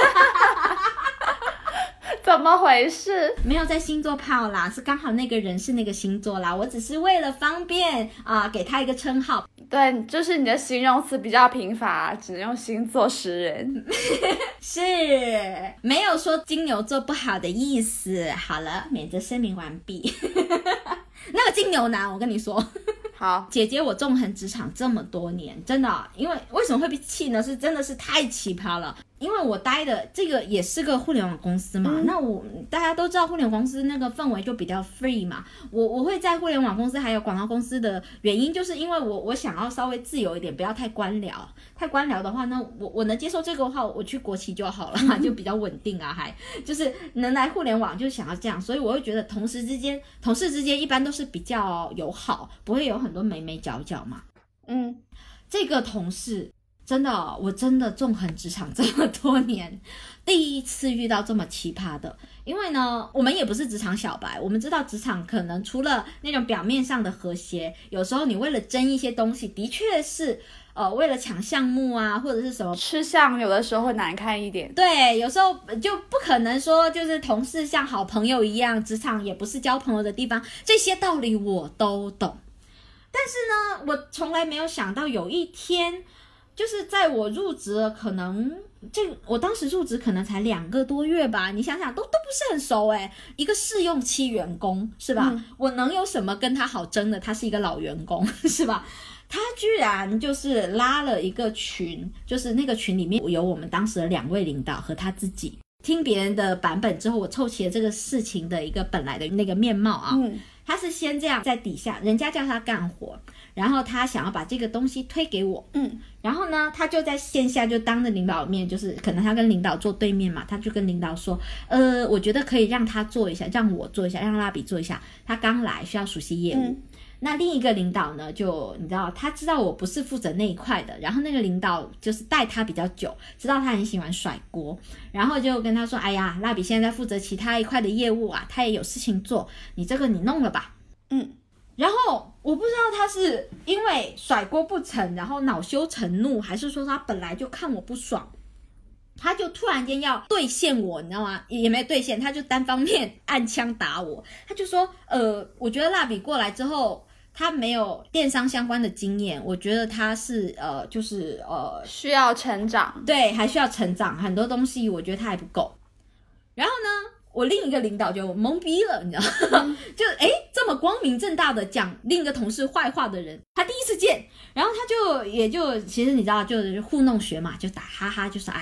怎么回事？ 没有在星座炮啦，是刚好那个人是那个星座啦，我只是为了方便啊、呃，给他一个称号。 对，就是你的形容词比较贫乏，只能用星座识人。 是，没有说金牛座不好的意思。好了，免责声明完毕。那个金牛男，我跟你说。 好， 姐姐，我纵横职场这么多年，真的、啊，因为为什么会被气呢？是真的是太奇葩了。因为我待的这个也是个互联网公司嘛，嗯、那我大家都知道互联网公司那个氛围就比较 free 嘛。我我会在互联网公司还有广告公司的原因，就是因为我我想要稍微自由一点，不要太官僚。太官僚的话，那我我能接受这个的话，我去国企就好了，就比较稳定啊，还就是能来互联网就想要这样，所以我会觉得同事之间同事之间一般都是比较友好，不会有很多眉眉角角嘛。嗯，这个同事。真的、哦，我真的纵横职场这么多年，第一次遇到这么奇葩的。因为呢，我们也不是职场小白，我们知道职场可能除了那种表面上的和谐，有时候你为了争一些东西，的确是呃为了抢项目啊，或者是什么吃相，有的时候会难看一点。 对，有时候就不可能说就是同事像好朋友一样，职场也不是交朋友的地方，这些道理我都懂。但是呢，我从来没有想到有一天。就是在我入职了，可能这我当时入职可能才两个多月吧，你想想都都不是很熟诶，一个试用期员工是吧、嗯？我能有什么跟他好争的？他是一个老员工是吧？他居然就是拉了一个群，就是那个群里面有我们当时的两位领导和他自己。听别人的版本之后，我凑齐了这个事情的一个本来的那个面貌啊。嗯，他是先这样在底下，人家叫他干活。然后他想要把这个东西推给我，嗯，然后呢，他就在线下就当着领导面，就是可能他跟领导坐对面嘛，他就跟领导说，呃，我觉得可以让他做一下，让我做一下，让蜡笔做一下，他刚来需要熟悉业务。嗯，那另一个领导呢，就你知道，他知道我不是负责那一块的，然后那个领导就是带他比较久，知道他很喜欢甩锅，然后就跟他说，哎呀，蜡笔现在在负责其他一块的业务啊，他也有事情做，你这个你弄了吧，嗯。然后我不知道他是因为甩锅不成，然后恼羞成怒，还是说他本来就看我不爽，他就突然间要兑现我，你知道吗？也没兑现，他就单方面按枪打我。他就说，呃，我觉得蜡笔过来之后，他没有电商相关的经验，我觉得他是呃，就是呃， 需要成长， 对，还需要成长，很多东西我觉得他还不够。然后呢？我另一个领导就懵逼了，你知道吗？嗯、就诶这么光明正大的讲另一个同事坏话的人，他第一次见，然后他就也就其实你知道就是糊弄学嘛，就打哈哈，就说哎呀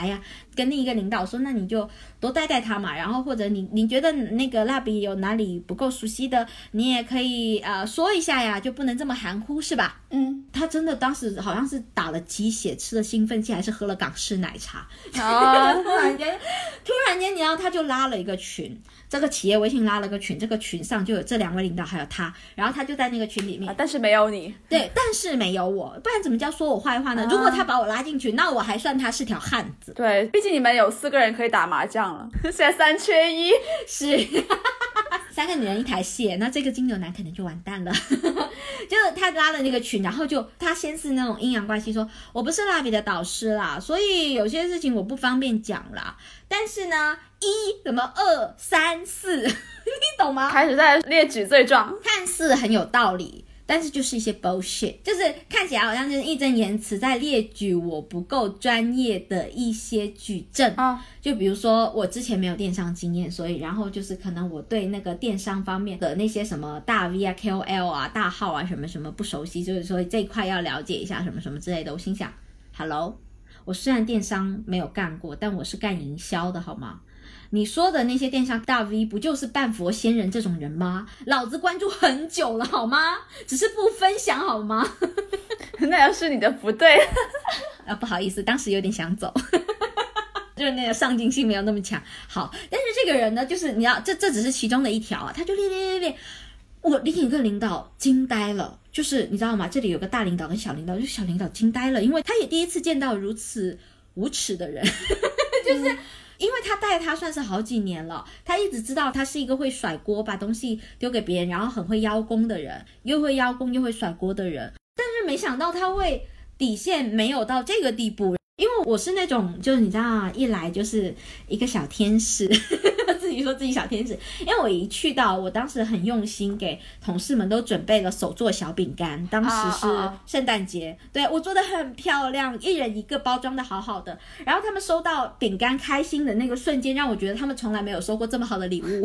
跟另一个领导说，那你就多带带他嘛，然后或者你你觉得那个蜡笔有哪里不够熟悉的，你也可以呃说一下呀，就不能这么含糊是吧？ 嗯， 他真的当时好像是打了鸡血，吃了兴奋剂，还是喝了港式奶茶， 啊， 突然间突然间然后他就拉了一个群，这个企业微信拉了个群，这个群上就有这两位领导还有他，然后他就在那个群里面、 啊、但是没有你， 对，但是没有我，不然怎么叫说我坏话呢、啊、如果他把我拉进去，那我还算他是条汉子。 对，毕竟你们有四个人可以打麻将了，现在三缺一， 是三个女人一台戏，那这个金牛男可能就完蛋了就是他拉了那个群，然后就他先是那种阴阳怪气，说我不是蜡笔的导师啦，所以有些事情我不方便讲啦，但是呢一什么二三四你懂吗？ 开始在列举罪状， 看似很有道理，但是就是一些 bullshit， 就是看起来好像就是义正言辞在列举我不够专业的一些举证啊， 就比如说我之前没有电商经验，所以然后就是可能我对那个电商方面的那些什么大 V 啊 K O L 啊大号啊什么什么不熟悉，就是说这一块要了解一下什么什么之类的。我心想 Hello， 我虽然电商没有干过，但我是干营销的好吗？你说的那些电商大 V 不就是半佛仙人这种人吗？老子关注很久了好吗？只是不分享好吗？ 那要是你的不对啊，不好意思，当时有点想走就是那个上进心没有那么强。好，但是这个人呢，就是你知道这这只是其中的一条啊，他就列列列列，我另一个领导惊呆了，就是你知道吗？这里有个大领导跟小领导，就小领导惊呆了，因为他也第一次见到如此无耻的人就是、嗯因为他带他算是好几年了，他一直知道他是一个会甩锅把东西丢给别人，然后很会邀功的人，又会邀功又会甩锅的人，但是没想到他会底线没有到这个地步。因为我是那种就是你知道啊，一来就是一个小天使自己说自己小天使，因为我一去到，我当时很用心给同事们都准备了手做小饼干，当时是圣诞节、啊啊、对，我做的很漂亮，一人一个，包装的好好的，然后他们收到饼干开心的那个瞬间，让我觉得他们从来没有收过这么好的礼物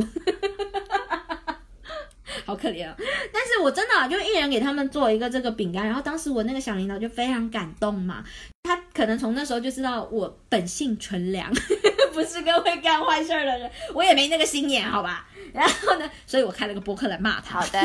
好可怜啊！但是我真的、啊、就一人给他们做一个这个饼干，然后当时我那个小领导就非常感动嘛，他可能从那时候就知道我本性纯良不是个会干坏事的人，我也没那个心眼好吧，然后呢所以我开了个播客来骂他。 好的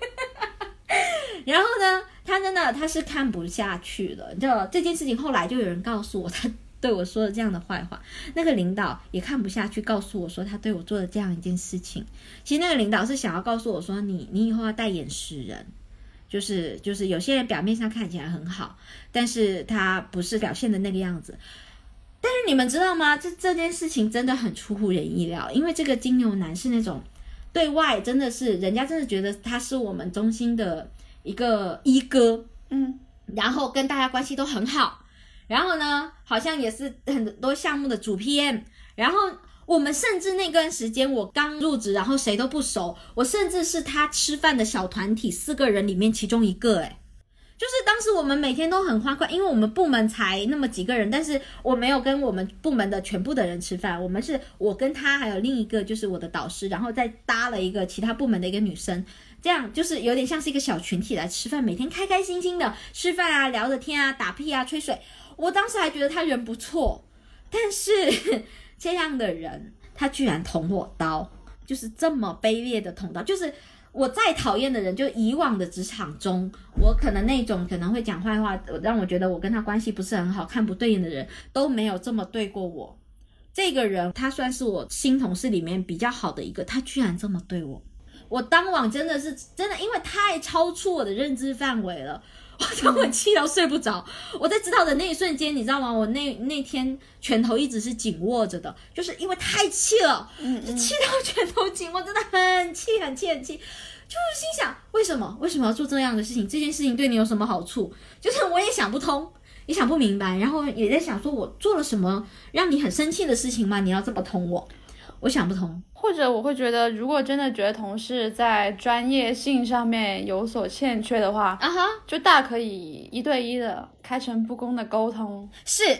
然后呢他真的他是看不下去了，就这件事情后来就有人告诉我他对我说了这样的坏话，那个领导也看不下去，告诉我说他对我做了这样一件事情。其实那个领导是想要告诉我说你你以后要带眼识人，就是就是有些人表面上看起来很好，但是他不是表现的那个样子。但是你们知道吗，这这件事情真的很出乎人意料，因为这个金牛男是那种对外真的是人家真的觉得他是我们中心的一个一哥， 嗯， 然后跟大家关系都很好，然后呢好像也是很多项目的主 P M， 然后我们甚至那段时间我刚入职，然后谁都不熟，我甚至是他吃饭的小团体四个人里面其中一个。诶就是当时我们每天都很欢快，因为我们部门才那么几个人，但是我没有跟我们部门的全部的人吃饭，我们是我跟他还有另一个就是我的导师，然后再搭了一个其他部门的一个女生，这样就是有点像是一个小群体来吃饭，每天开开心心的吃饭啊，聊着天啊，打屁啊，吹水。我当时还觉得他人不错，但是这样的人他居然捅我刀，就是这么卑劣的捅刀。就是我再讨厌的人，就以往的职场中，我可能那种可能会讲坏话让我觉得我跟他关系不是很好，看不对眼的人都没有这么对过我。这个人他算是我新同事里面比较好的一个，他居然这么对我，我当晚真的是真的因为太超出我的认知范围了，我当晚气到睡不着。我在知道的那一瞬间，你知道吗？我那那天拳头一直是紧握着的，就是因为太气了， 嗯嗯就气到拳头紧握，真的很气很气很气。就是心想，为什么为什么要做这样的事情？这件事情对你有什么好处？就是我也想不通，也想不明白，然后也在想说，我做了什么让你很生气的事情吗？你要这么捅我？我想不通。 或者我会觉得，如果真的觉得同事在专业性上面有所欠缺的话， 啊哈， 就大可以一对一的开诚布公的沟通。 是，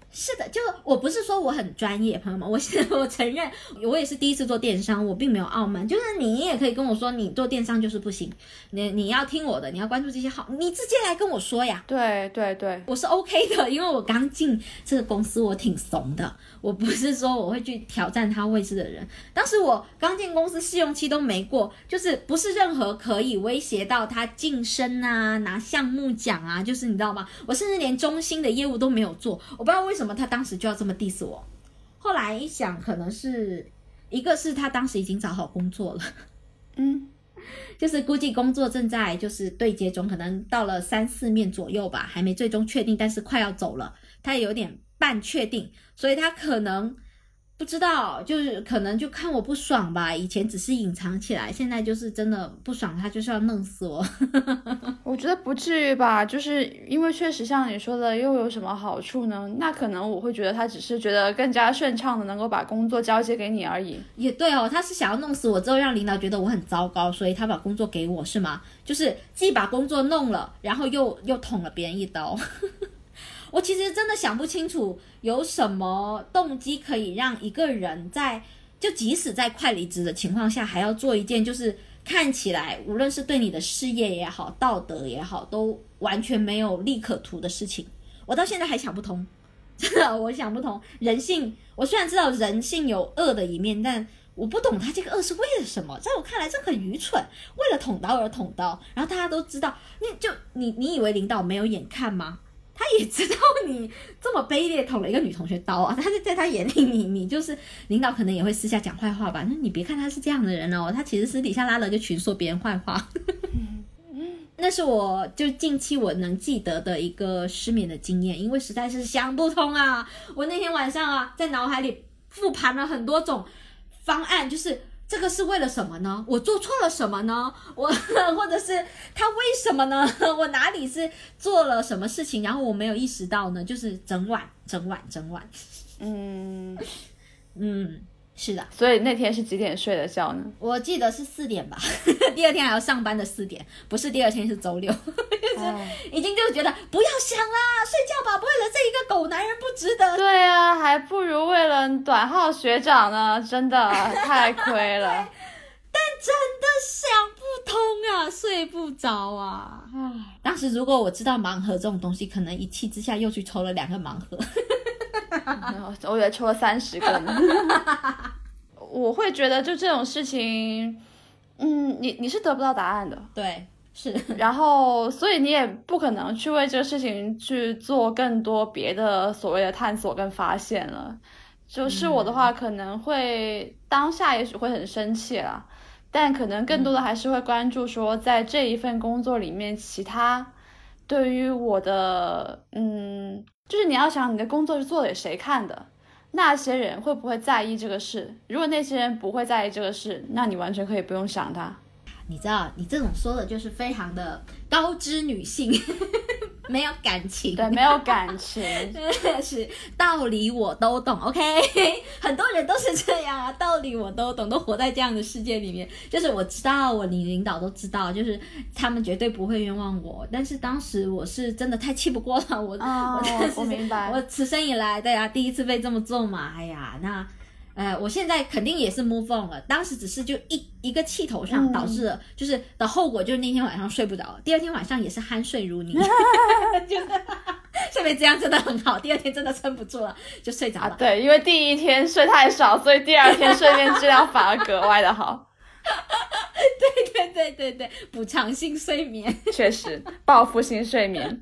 是的，就我不是说我很专业，朋友们，我是我承认我也是第一次做电商，我并没有傲慢，就是你也可以跟我说你做电商就是不行，你你要听我的，你要关注这些好，你直接来跟我说呀。 对对对， 我是 OK 的，因为我刚进这个公司，我挺怂的，我不是说我会去挑战他位置的人。当时我刚进公司，试用期都没过，就是不是任何可以威胁到他晋升啊、拿项目奖啊，就是你知道吗？我甚至连中心的业务都没有做，我不知道为什么他当时就要这么 diss 我。后来一想，可能是一个是他当时已经找好工作了， 嗯。 就是估计工作正在就是对接中，可能到了三四面左右吧，还没最终确定，但是快要走了，他也有点半确定，所以他可能不知道，就是可能就看我不爽吧，以前只是隐藏起来，现在就是真的不爽，他就是要弄死我。 我觉得不至于吧，就是因为确实像你说的，又有什么好处呢？那可能我会觉得他只是觉得更加顺畅的能够把工作交接给你而已。 也对哦，他是想要弄死我之后让领导觉得我很糟糕，所以他把工作给我是吗？就是既把工作弄了，然后又又捅了别人一刀。我其实真的想不清楚有什么动机可以让一个人在就即使在快离职的情况下还要做一件就是看起来无论是对你的事业也好道德也好都完全没有利可图的事情。我到现在还想不通，真的我想不通。人性，我虽然知道人性有恶的一面，但我不懂他这个恶是为了什么，在我看来这很愚蠢，为了捅刀而捅刀。然后大家都知道，你就你你以为领导没有眼看吗？他也知道你这么卑劣捅了一个女同学刀啊，但是在他眼里你你就是领导，可能也会私下讲坏话吧。那你别看他是这样的人哦，他其实私底下拉了个群说别人坏话。那是我就近期我能记得的一个失眠的经验，因为实在是想不通啊。我那天晚上啊在脑海里复盘了很多种方案，就是这个是为了什么呢？我做错了什么呢？我或者是他为什么呢？我哪里是做了什么事情，然后我没有意识到呢？就是整晚整晚整晚。 嗯嗯，是的。 所以那天是几点睡的觉呢？ 我记得是四点吧，第二天还要上班的四点，不是第二天是周六。就是已经就是觉得不要想啦，睡觉吧，为了这一个狗男人不值得。 对啊，还不如为了短号学长呢，真的太亏了。 但真的想不通啊，睡不着啊。当时如果我知道盲盒这种东西，可能一气之下又去抽了两个盲盒。 我以为抽了三十个呢。我会觉得就这种事情，嗯，你你是得不到答案的。 对。是， 然后所以你也不可能去为这个事情去做更多别的所谓的探索跟发现了。就是我的话，可能会当下也许会很生气啦，但可能更多的还是会关注说，在这一份工作里面，其他对于我的，嗯，就是你要想你的工作是做给谁看的，那些人会不会在意这个事？如果那些人不会在意这个事，那你完全可以不用想它。 你知道，你这种说的就是非常的高知女性，没有感情， 对，没有感情， 是道理我都懂 ，OK， 很多人都是这样啊，道理我都懂，都活在这样的世界里面。就是我知道，我领领导都知道，就是他们绝对不会冤枉我。但是当时我是真的太气不过了，我、 哦、 我我明白， 我此生以来，对啊，第一次被这么做嘛，哎呀，那。呃，我现在肯定也是 move on 了，当时只是就一一个气头上导致了，嗯、就是的后果就是那天晚上睡不着，第二天晚上也是酣睡如泥，就是睡眠质量真的很好，第二天真的撑不住了就睡着了、 啊。对，因为第一天睡太少，所以第二天睡眠质量反而格外的好。 对对对对对，补偿性睡眠， 确实，报复性睡眠。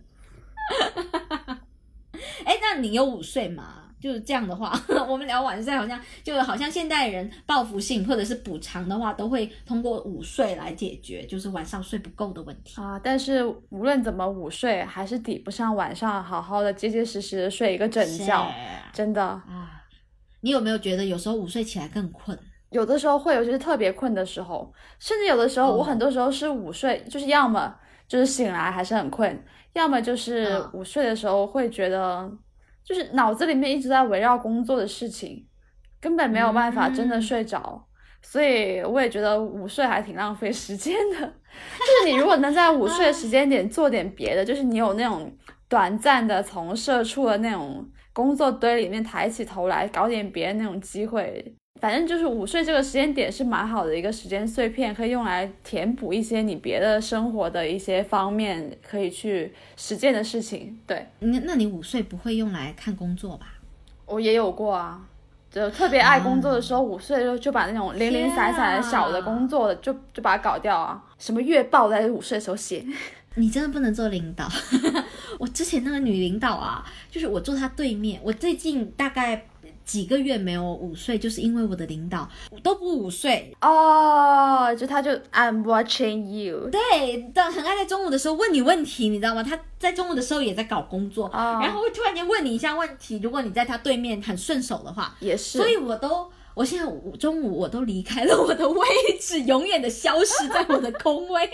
哎，那你有午睡吗？就是这样的话，我们聊晚睡好像就好像现代人报复性或者是补偿的话，都会通过午睡来解决，就是晚上睡不够的问题啊。但是无论怎么午睡，还是抵不上晚上好好的结结实实的睡一个整觉，真的啊。你有没有觉得有时候午睡起来更困？ 有的时候会，尤其是特别困的时候，甚至有的时候、哦、我很多时候是午睡，就是要么就是醒来还是很困，要么就是午睡的时候会觉得。就是脑子里面一直在围绕工作的事情，根本没有办法真的睡着、嗯、所以我也觉得午睡还挺浪费时间的。就是你如果能在午睡的时间点做点别的，就是你有那种短暂的从社畜的那种工作堆里面抬起头来搞点别的那种机会。反正就是午睡这个时间点是蛮好的一个时间碎片，可以用来填补一些你别的生活的一些方面可以去实践的事情。对， 那那你午睡不会用来看工作吧？ 我也有过啊，就特别爱工作的时候，午睡就就把那种零零散散的小的工作就就把它搞掉啊。什么月报在午睡的时候写。 你真的不能做领导。我之前那个女领导啊，就是我坐她对面，我最近大概几个月没有午睡，就是因为我的领导都不午睡哦，就他就 I'm watching you， 对，但很爱在中午的时候问你问题，你知道吗？他在中午的时候也在搞工作，哦，然后会突然间问你一下问题，如果你在他对面很顺手的话， 也是， 所以我都我现在中午我都离开了我的位置，永远的消失在我的空位。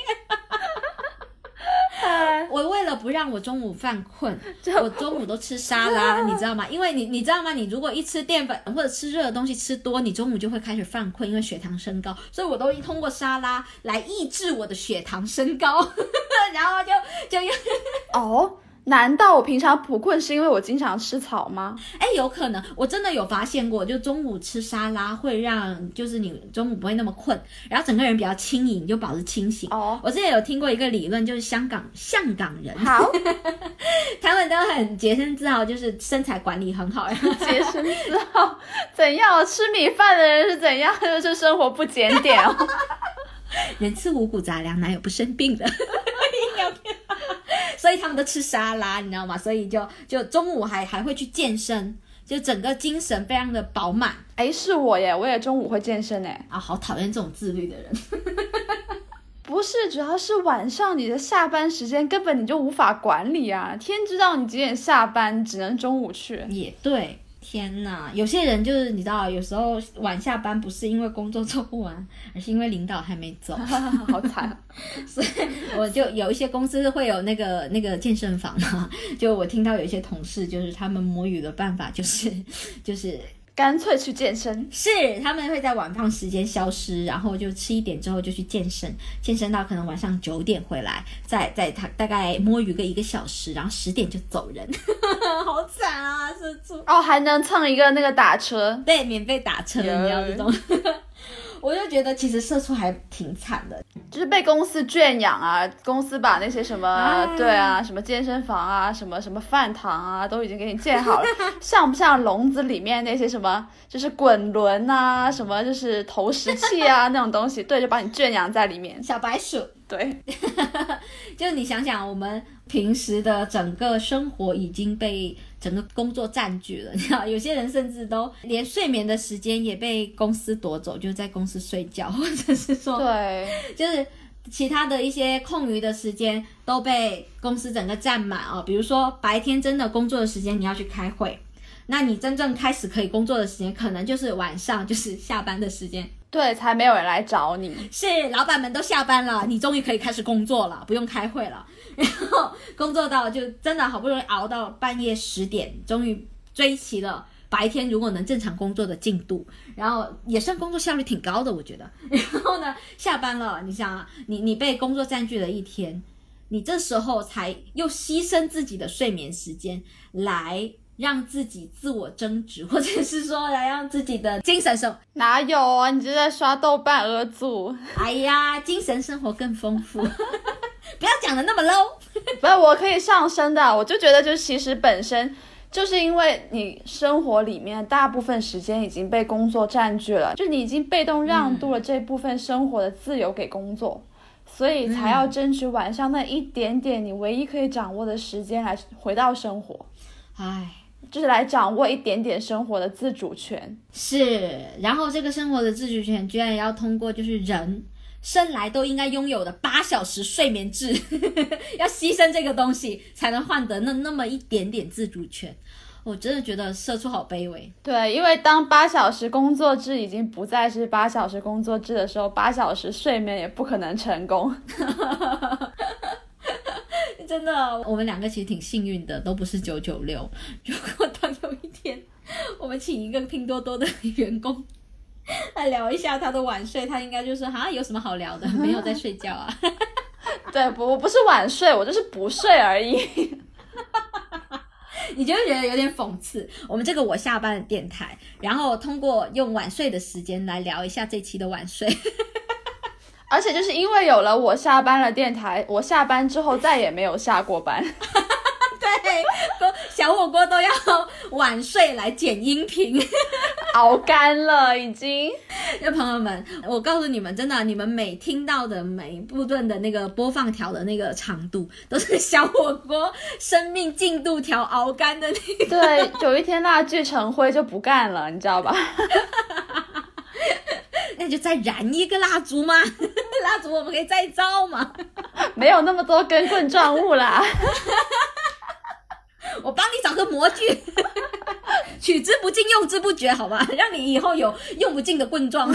我为了不让我中午犯困，我中午都吃沙拉，你知道吗？因为你你知道吗？你如果一吃淀粉或者吃热的东西吃多，你中午就会开始犯困，因为血糖升高，所以我都通过沙拉来抑制我的血糖升高，然后就就哦。难道我平常不困是因为我经常吃草吗？ 哎，有可能，我真的有发现过，就中午吃沙拉会让就是你中午不会那么困，然后整个人比较轻盈，就保持清醒。哦，我之前有听过一个理论，就是香港香港人， 好， 他们都很洁身自好，就是身材管理很好，然后洁身自好，怎样？吃米饭的人是怎样？就是生活不检点哦。 人吃五谷杂粮，哪有不生病的？所以他们都吃沙拉，你知道吗？所以就就中午还还会去健身，就整个精神非常的饱满。 哎，是我耶，我也中午会健身耶。 啊，好讨厌这种自律的人。 不是，主要是晚上你的下班时间根本你就无法管理啊！天知道你几点下班，只能中午去。 也对。天哪，有些人就是你知道，有时候晚下班不是因为工作做不完，而是因为领导还没走。 好惨。 所以我就有一些公司会有那个那个健身房嘛，就我听到有一些同事就是他们摸鱼的办法就是就是干脆去健身， 是他们会在晚饭时间消失，然后就吃一点之后就去健身，健身到可能晚上九点回来，再再他大概摸鱼个一个小时，然后十点就走人。好惨啊，社畜哦，还能蹭一个那个打车， 对，免费打车，你知道这种。我就觉得其实社畜还挺惨的， 就是被公司圈养啊，公司把那些什么、哎、对啊，什么健身房啊，什么什么饭堂啊，都已经给你建好了，像不像笼子里面那些什么，就是滚轮啊，什么就是投石器啊那种东西，对，就把你圈养在里面， 小白鼠。 对， 就你想想，我们平时的整个生活已经被整个工作占据了，你知道，有些人甚至都连睡眠的时间也被公司夺走，就在公司睡觉，或者是说， 对， 就是其他的一些空余的时间都被公司整个占满哦。比如说白天真的工作的时间你要去开会，那你真正开始可以工作的时间可能就是晚上，就是下班的时间。 对，才没有人来找你。 是，老板们都下班了，你终于可以开始工作了，不用开会了。然后工作到就真的好不容易熬到半夜十点，终于追齐了白天如果能正常工作的进度，然后也算工作效率挺高的，我觉得。然后呢，下班了，你想啊，你你被工作占据了一天，你这时候才又牺牲自己的睡眠时间来让自己自我增值，或者是说来让自己的精神生活， 哪有啊？你就在刷豆瓣额组。 哎呀，精神生活更丰富。不要讲的那么 low。 不是，我可以上升的。我就觉得就其实本身就是因为你生活里面大部分时间已经被工作占据了，就你已经被动让渡了这部分生活的自由给工作、嗯、所以才要争取晚上那一点点你唯一可以掌握的时间来回到生活。唉，就是来掌握一点点生活的自主权。 是，然后这个生活的自主权居然要通过就是人生来都应该拥有的八小时睡眠制要牺牲这个东西才能换得那那么一点点自主权。我真的觉得社畜好卑微。 对，因为当八小时工作制已经不再是八小时工作制的时候，八小时睡眠也不可能成功。 真的，我们两个其实挺幸运的，都不是九九六。如果当有一天我们请一个拼多多的员工来聊一下他的晚睡，他应该就说哈，有什么好聊的，没有在睡觉啊。 对，不，我不是晚睡，我就是不睡而已。 你就会觉得有点讽刺。我们这个我下班的电台，然后通过用晚睡的时间来聊一下这期的晚睡。 而且就是因为有了我下班了电台，我下班之后再也没有下过班。 对，小火锅都要晚睡来剪音频， 熬干了已经。 那朋友们，我告诉你们，真的，你们每听到的每一部分的那个播放条的那个长度，都是小火锅生命进度条熬干的那个。 对，有一天蜡炬成灰就不干了，你知道吧？ 那就再燃一个蜡烛吗？蜡烛我们可以再造吗？ 没有那么多根棍状物啦。 我帮你找个模具，取之不尽用之不绝，好吧，让你以后有用不尽的棍状。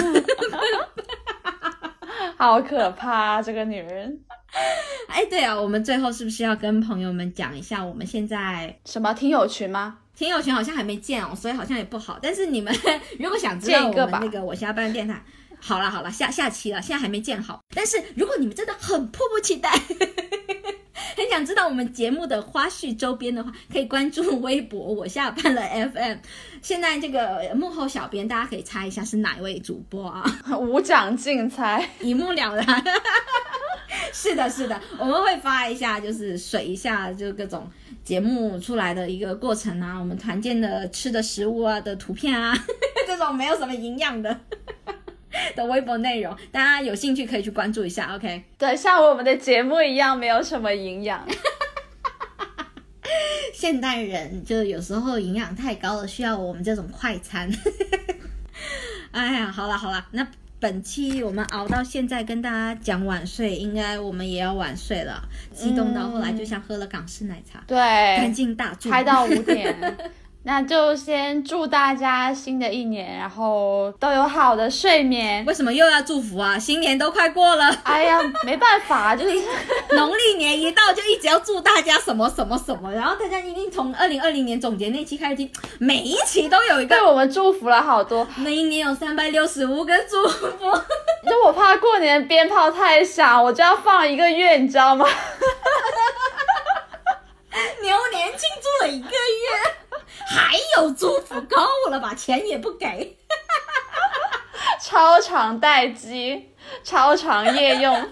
好可怕，这个女人。 哎，对啊，我们最后是不是要跟朋友们讲一下，我们现在什么听友群吗？ 听友群好像还没建哦，所以好像也不好。但是你们如果想知道我们那个我下班电台，好了好了，下下期了，现在还没建好。但是如果你们真的很迫不及待，很想知道我们节目的花絮周边的话，可以关注微博我下班了 F M。 现在这个幕后小编大家可以猜一下是哪位主播啊？ 无奖竞猜， 一目了然。是的是的，我们会发一下，就是水一下就各种节目出来的一个过程啊，我们团建的吃的食物啊的图片啊，这种没有什么营养的的微博内容，大家有兴趣可以去关注一下。 OK， 对，像我们的节目一样没有什么营养。 现代人就有时候营养太高了，需要我们这种快餐。哎呀，好了好了，那本期我们熬到现在跟大家讲晚睡，应该我们也要晚睡了，激动到后来就像喝了港式奶茶， 对， 干净大助， 开到五点。那就先祝大家新的一年，然后都有好的睡眠。 为什么又要祝福啊？新年都快过了。 哎呀，没办法，就是农历年一到就一直要祝大家什么什么什么，然后大家一定从二零二零年总结那期开始听，每一期都有一个对我们祝福了好多。 每一年有三百六十五个祝福。 就我怕过年鞭炮太响，我就要放一个月，你知道吗？ 牛年庆祝了一个月，还有祝福，够了吧？钱也不给。 超长待机，超长夜用。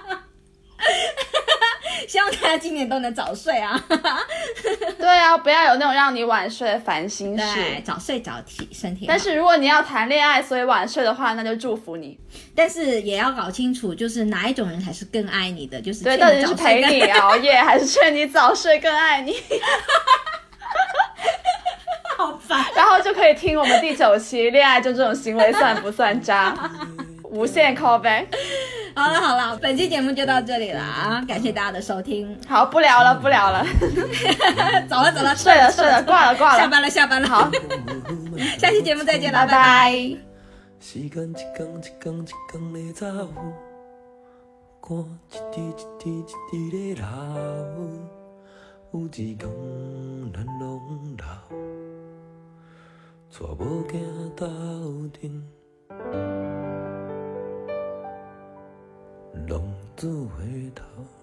希望大家今年都能早睡啊。 对啊，不要有那种让你晚睡的烦心事。 对，早睡早起，身体好。 但是如果你要谈恋爱所以晚睡的话，那就祝福你。 但是也要搞清楚，就是哪一种人才是更爱你的，就是对，到底是陪你熬夜还是劝你早睡更爱你。 好烦。 然后就可以听我们第九期恋爱就这种行为算不算渣。无限 callback。 好了好了，本期节目就到这里了啊！感谢大家的收听。 好，不聊了不聊了。 走了走了， 睡了睡了，挂了挂了， 下班了下班了。好，下期节目再见了，拜拜。 时间一天一天一天的走，汗一滴一滴一滴的流，有一天咱拢老，带某囝斗阵。浪子回头。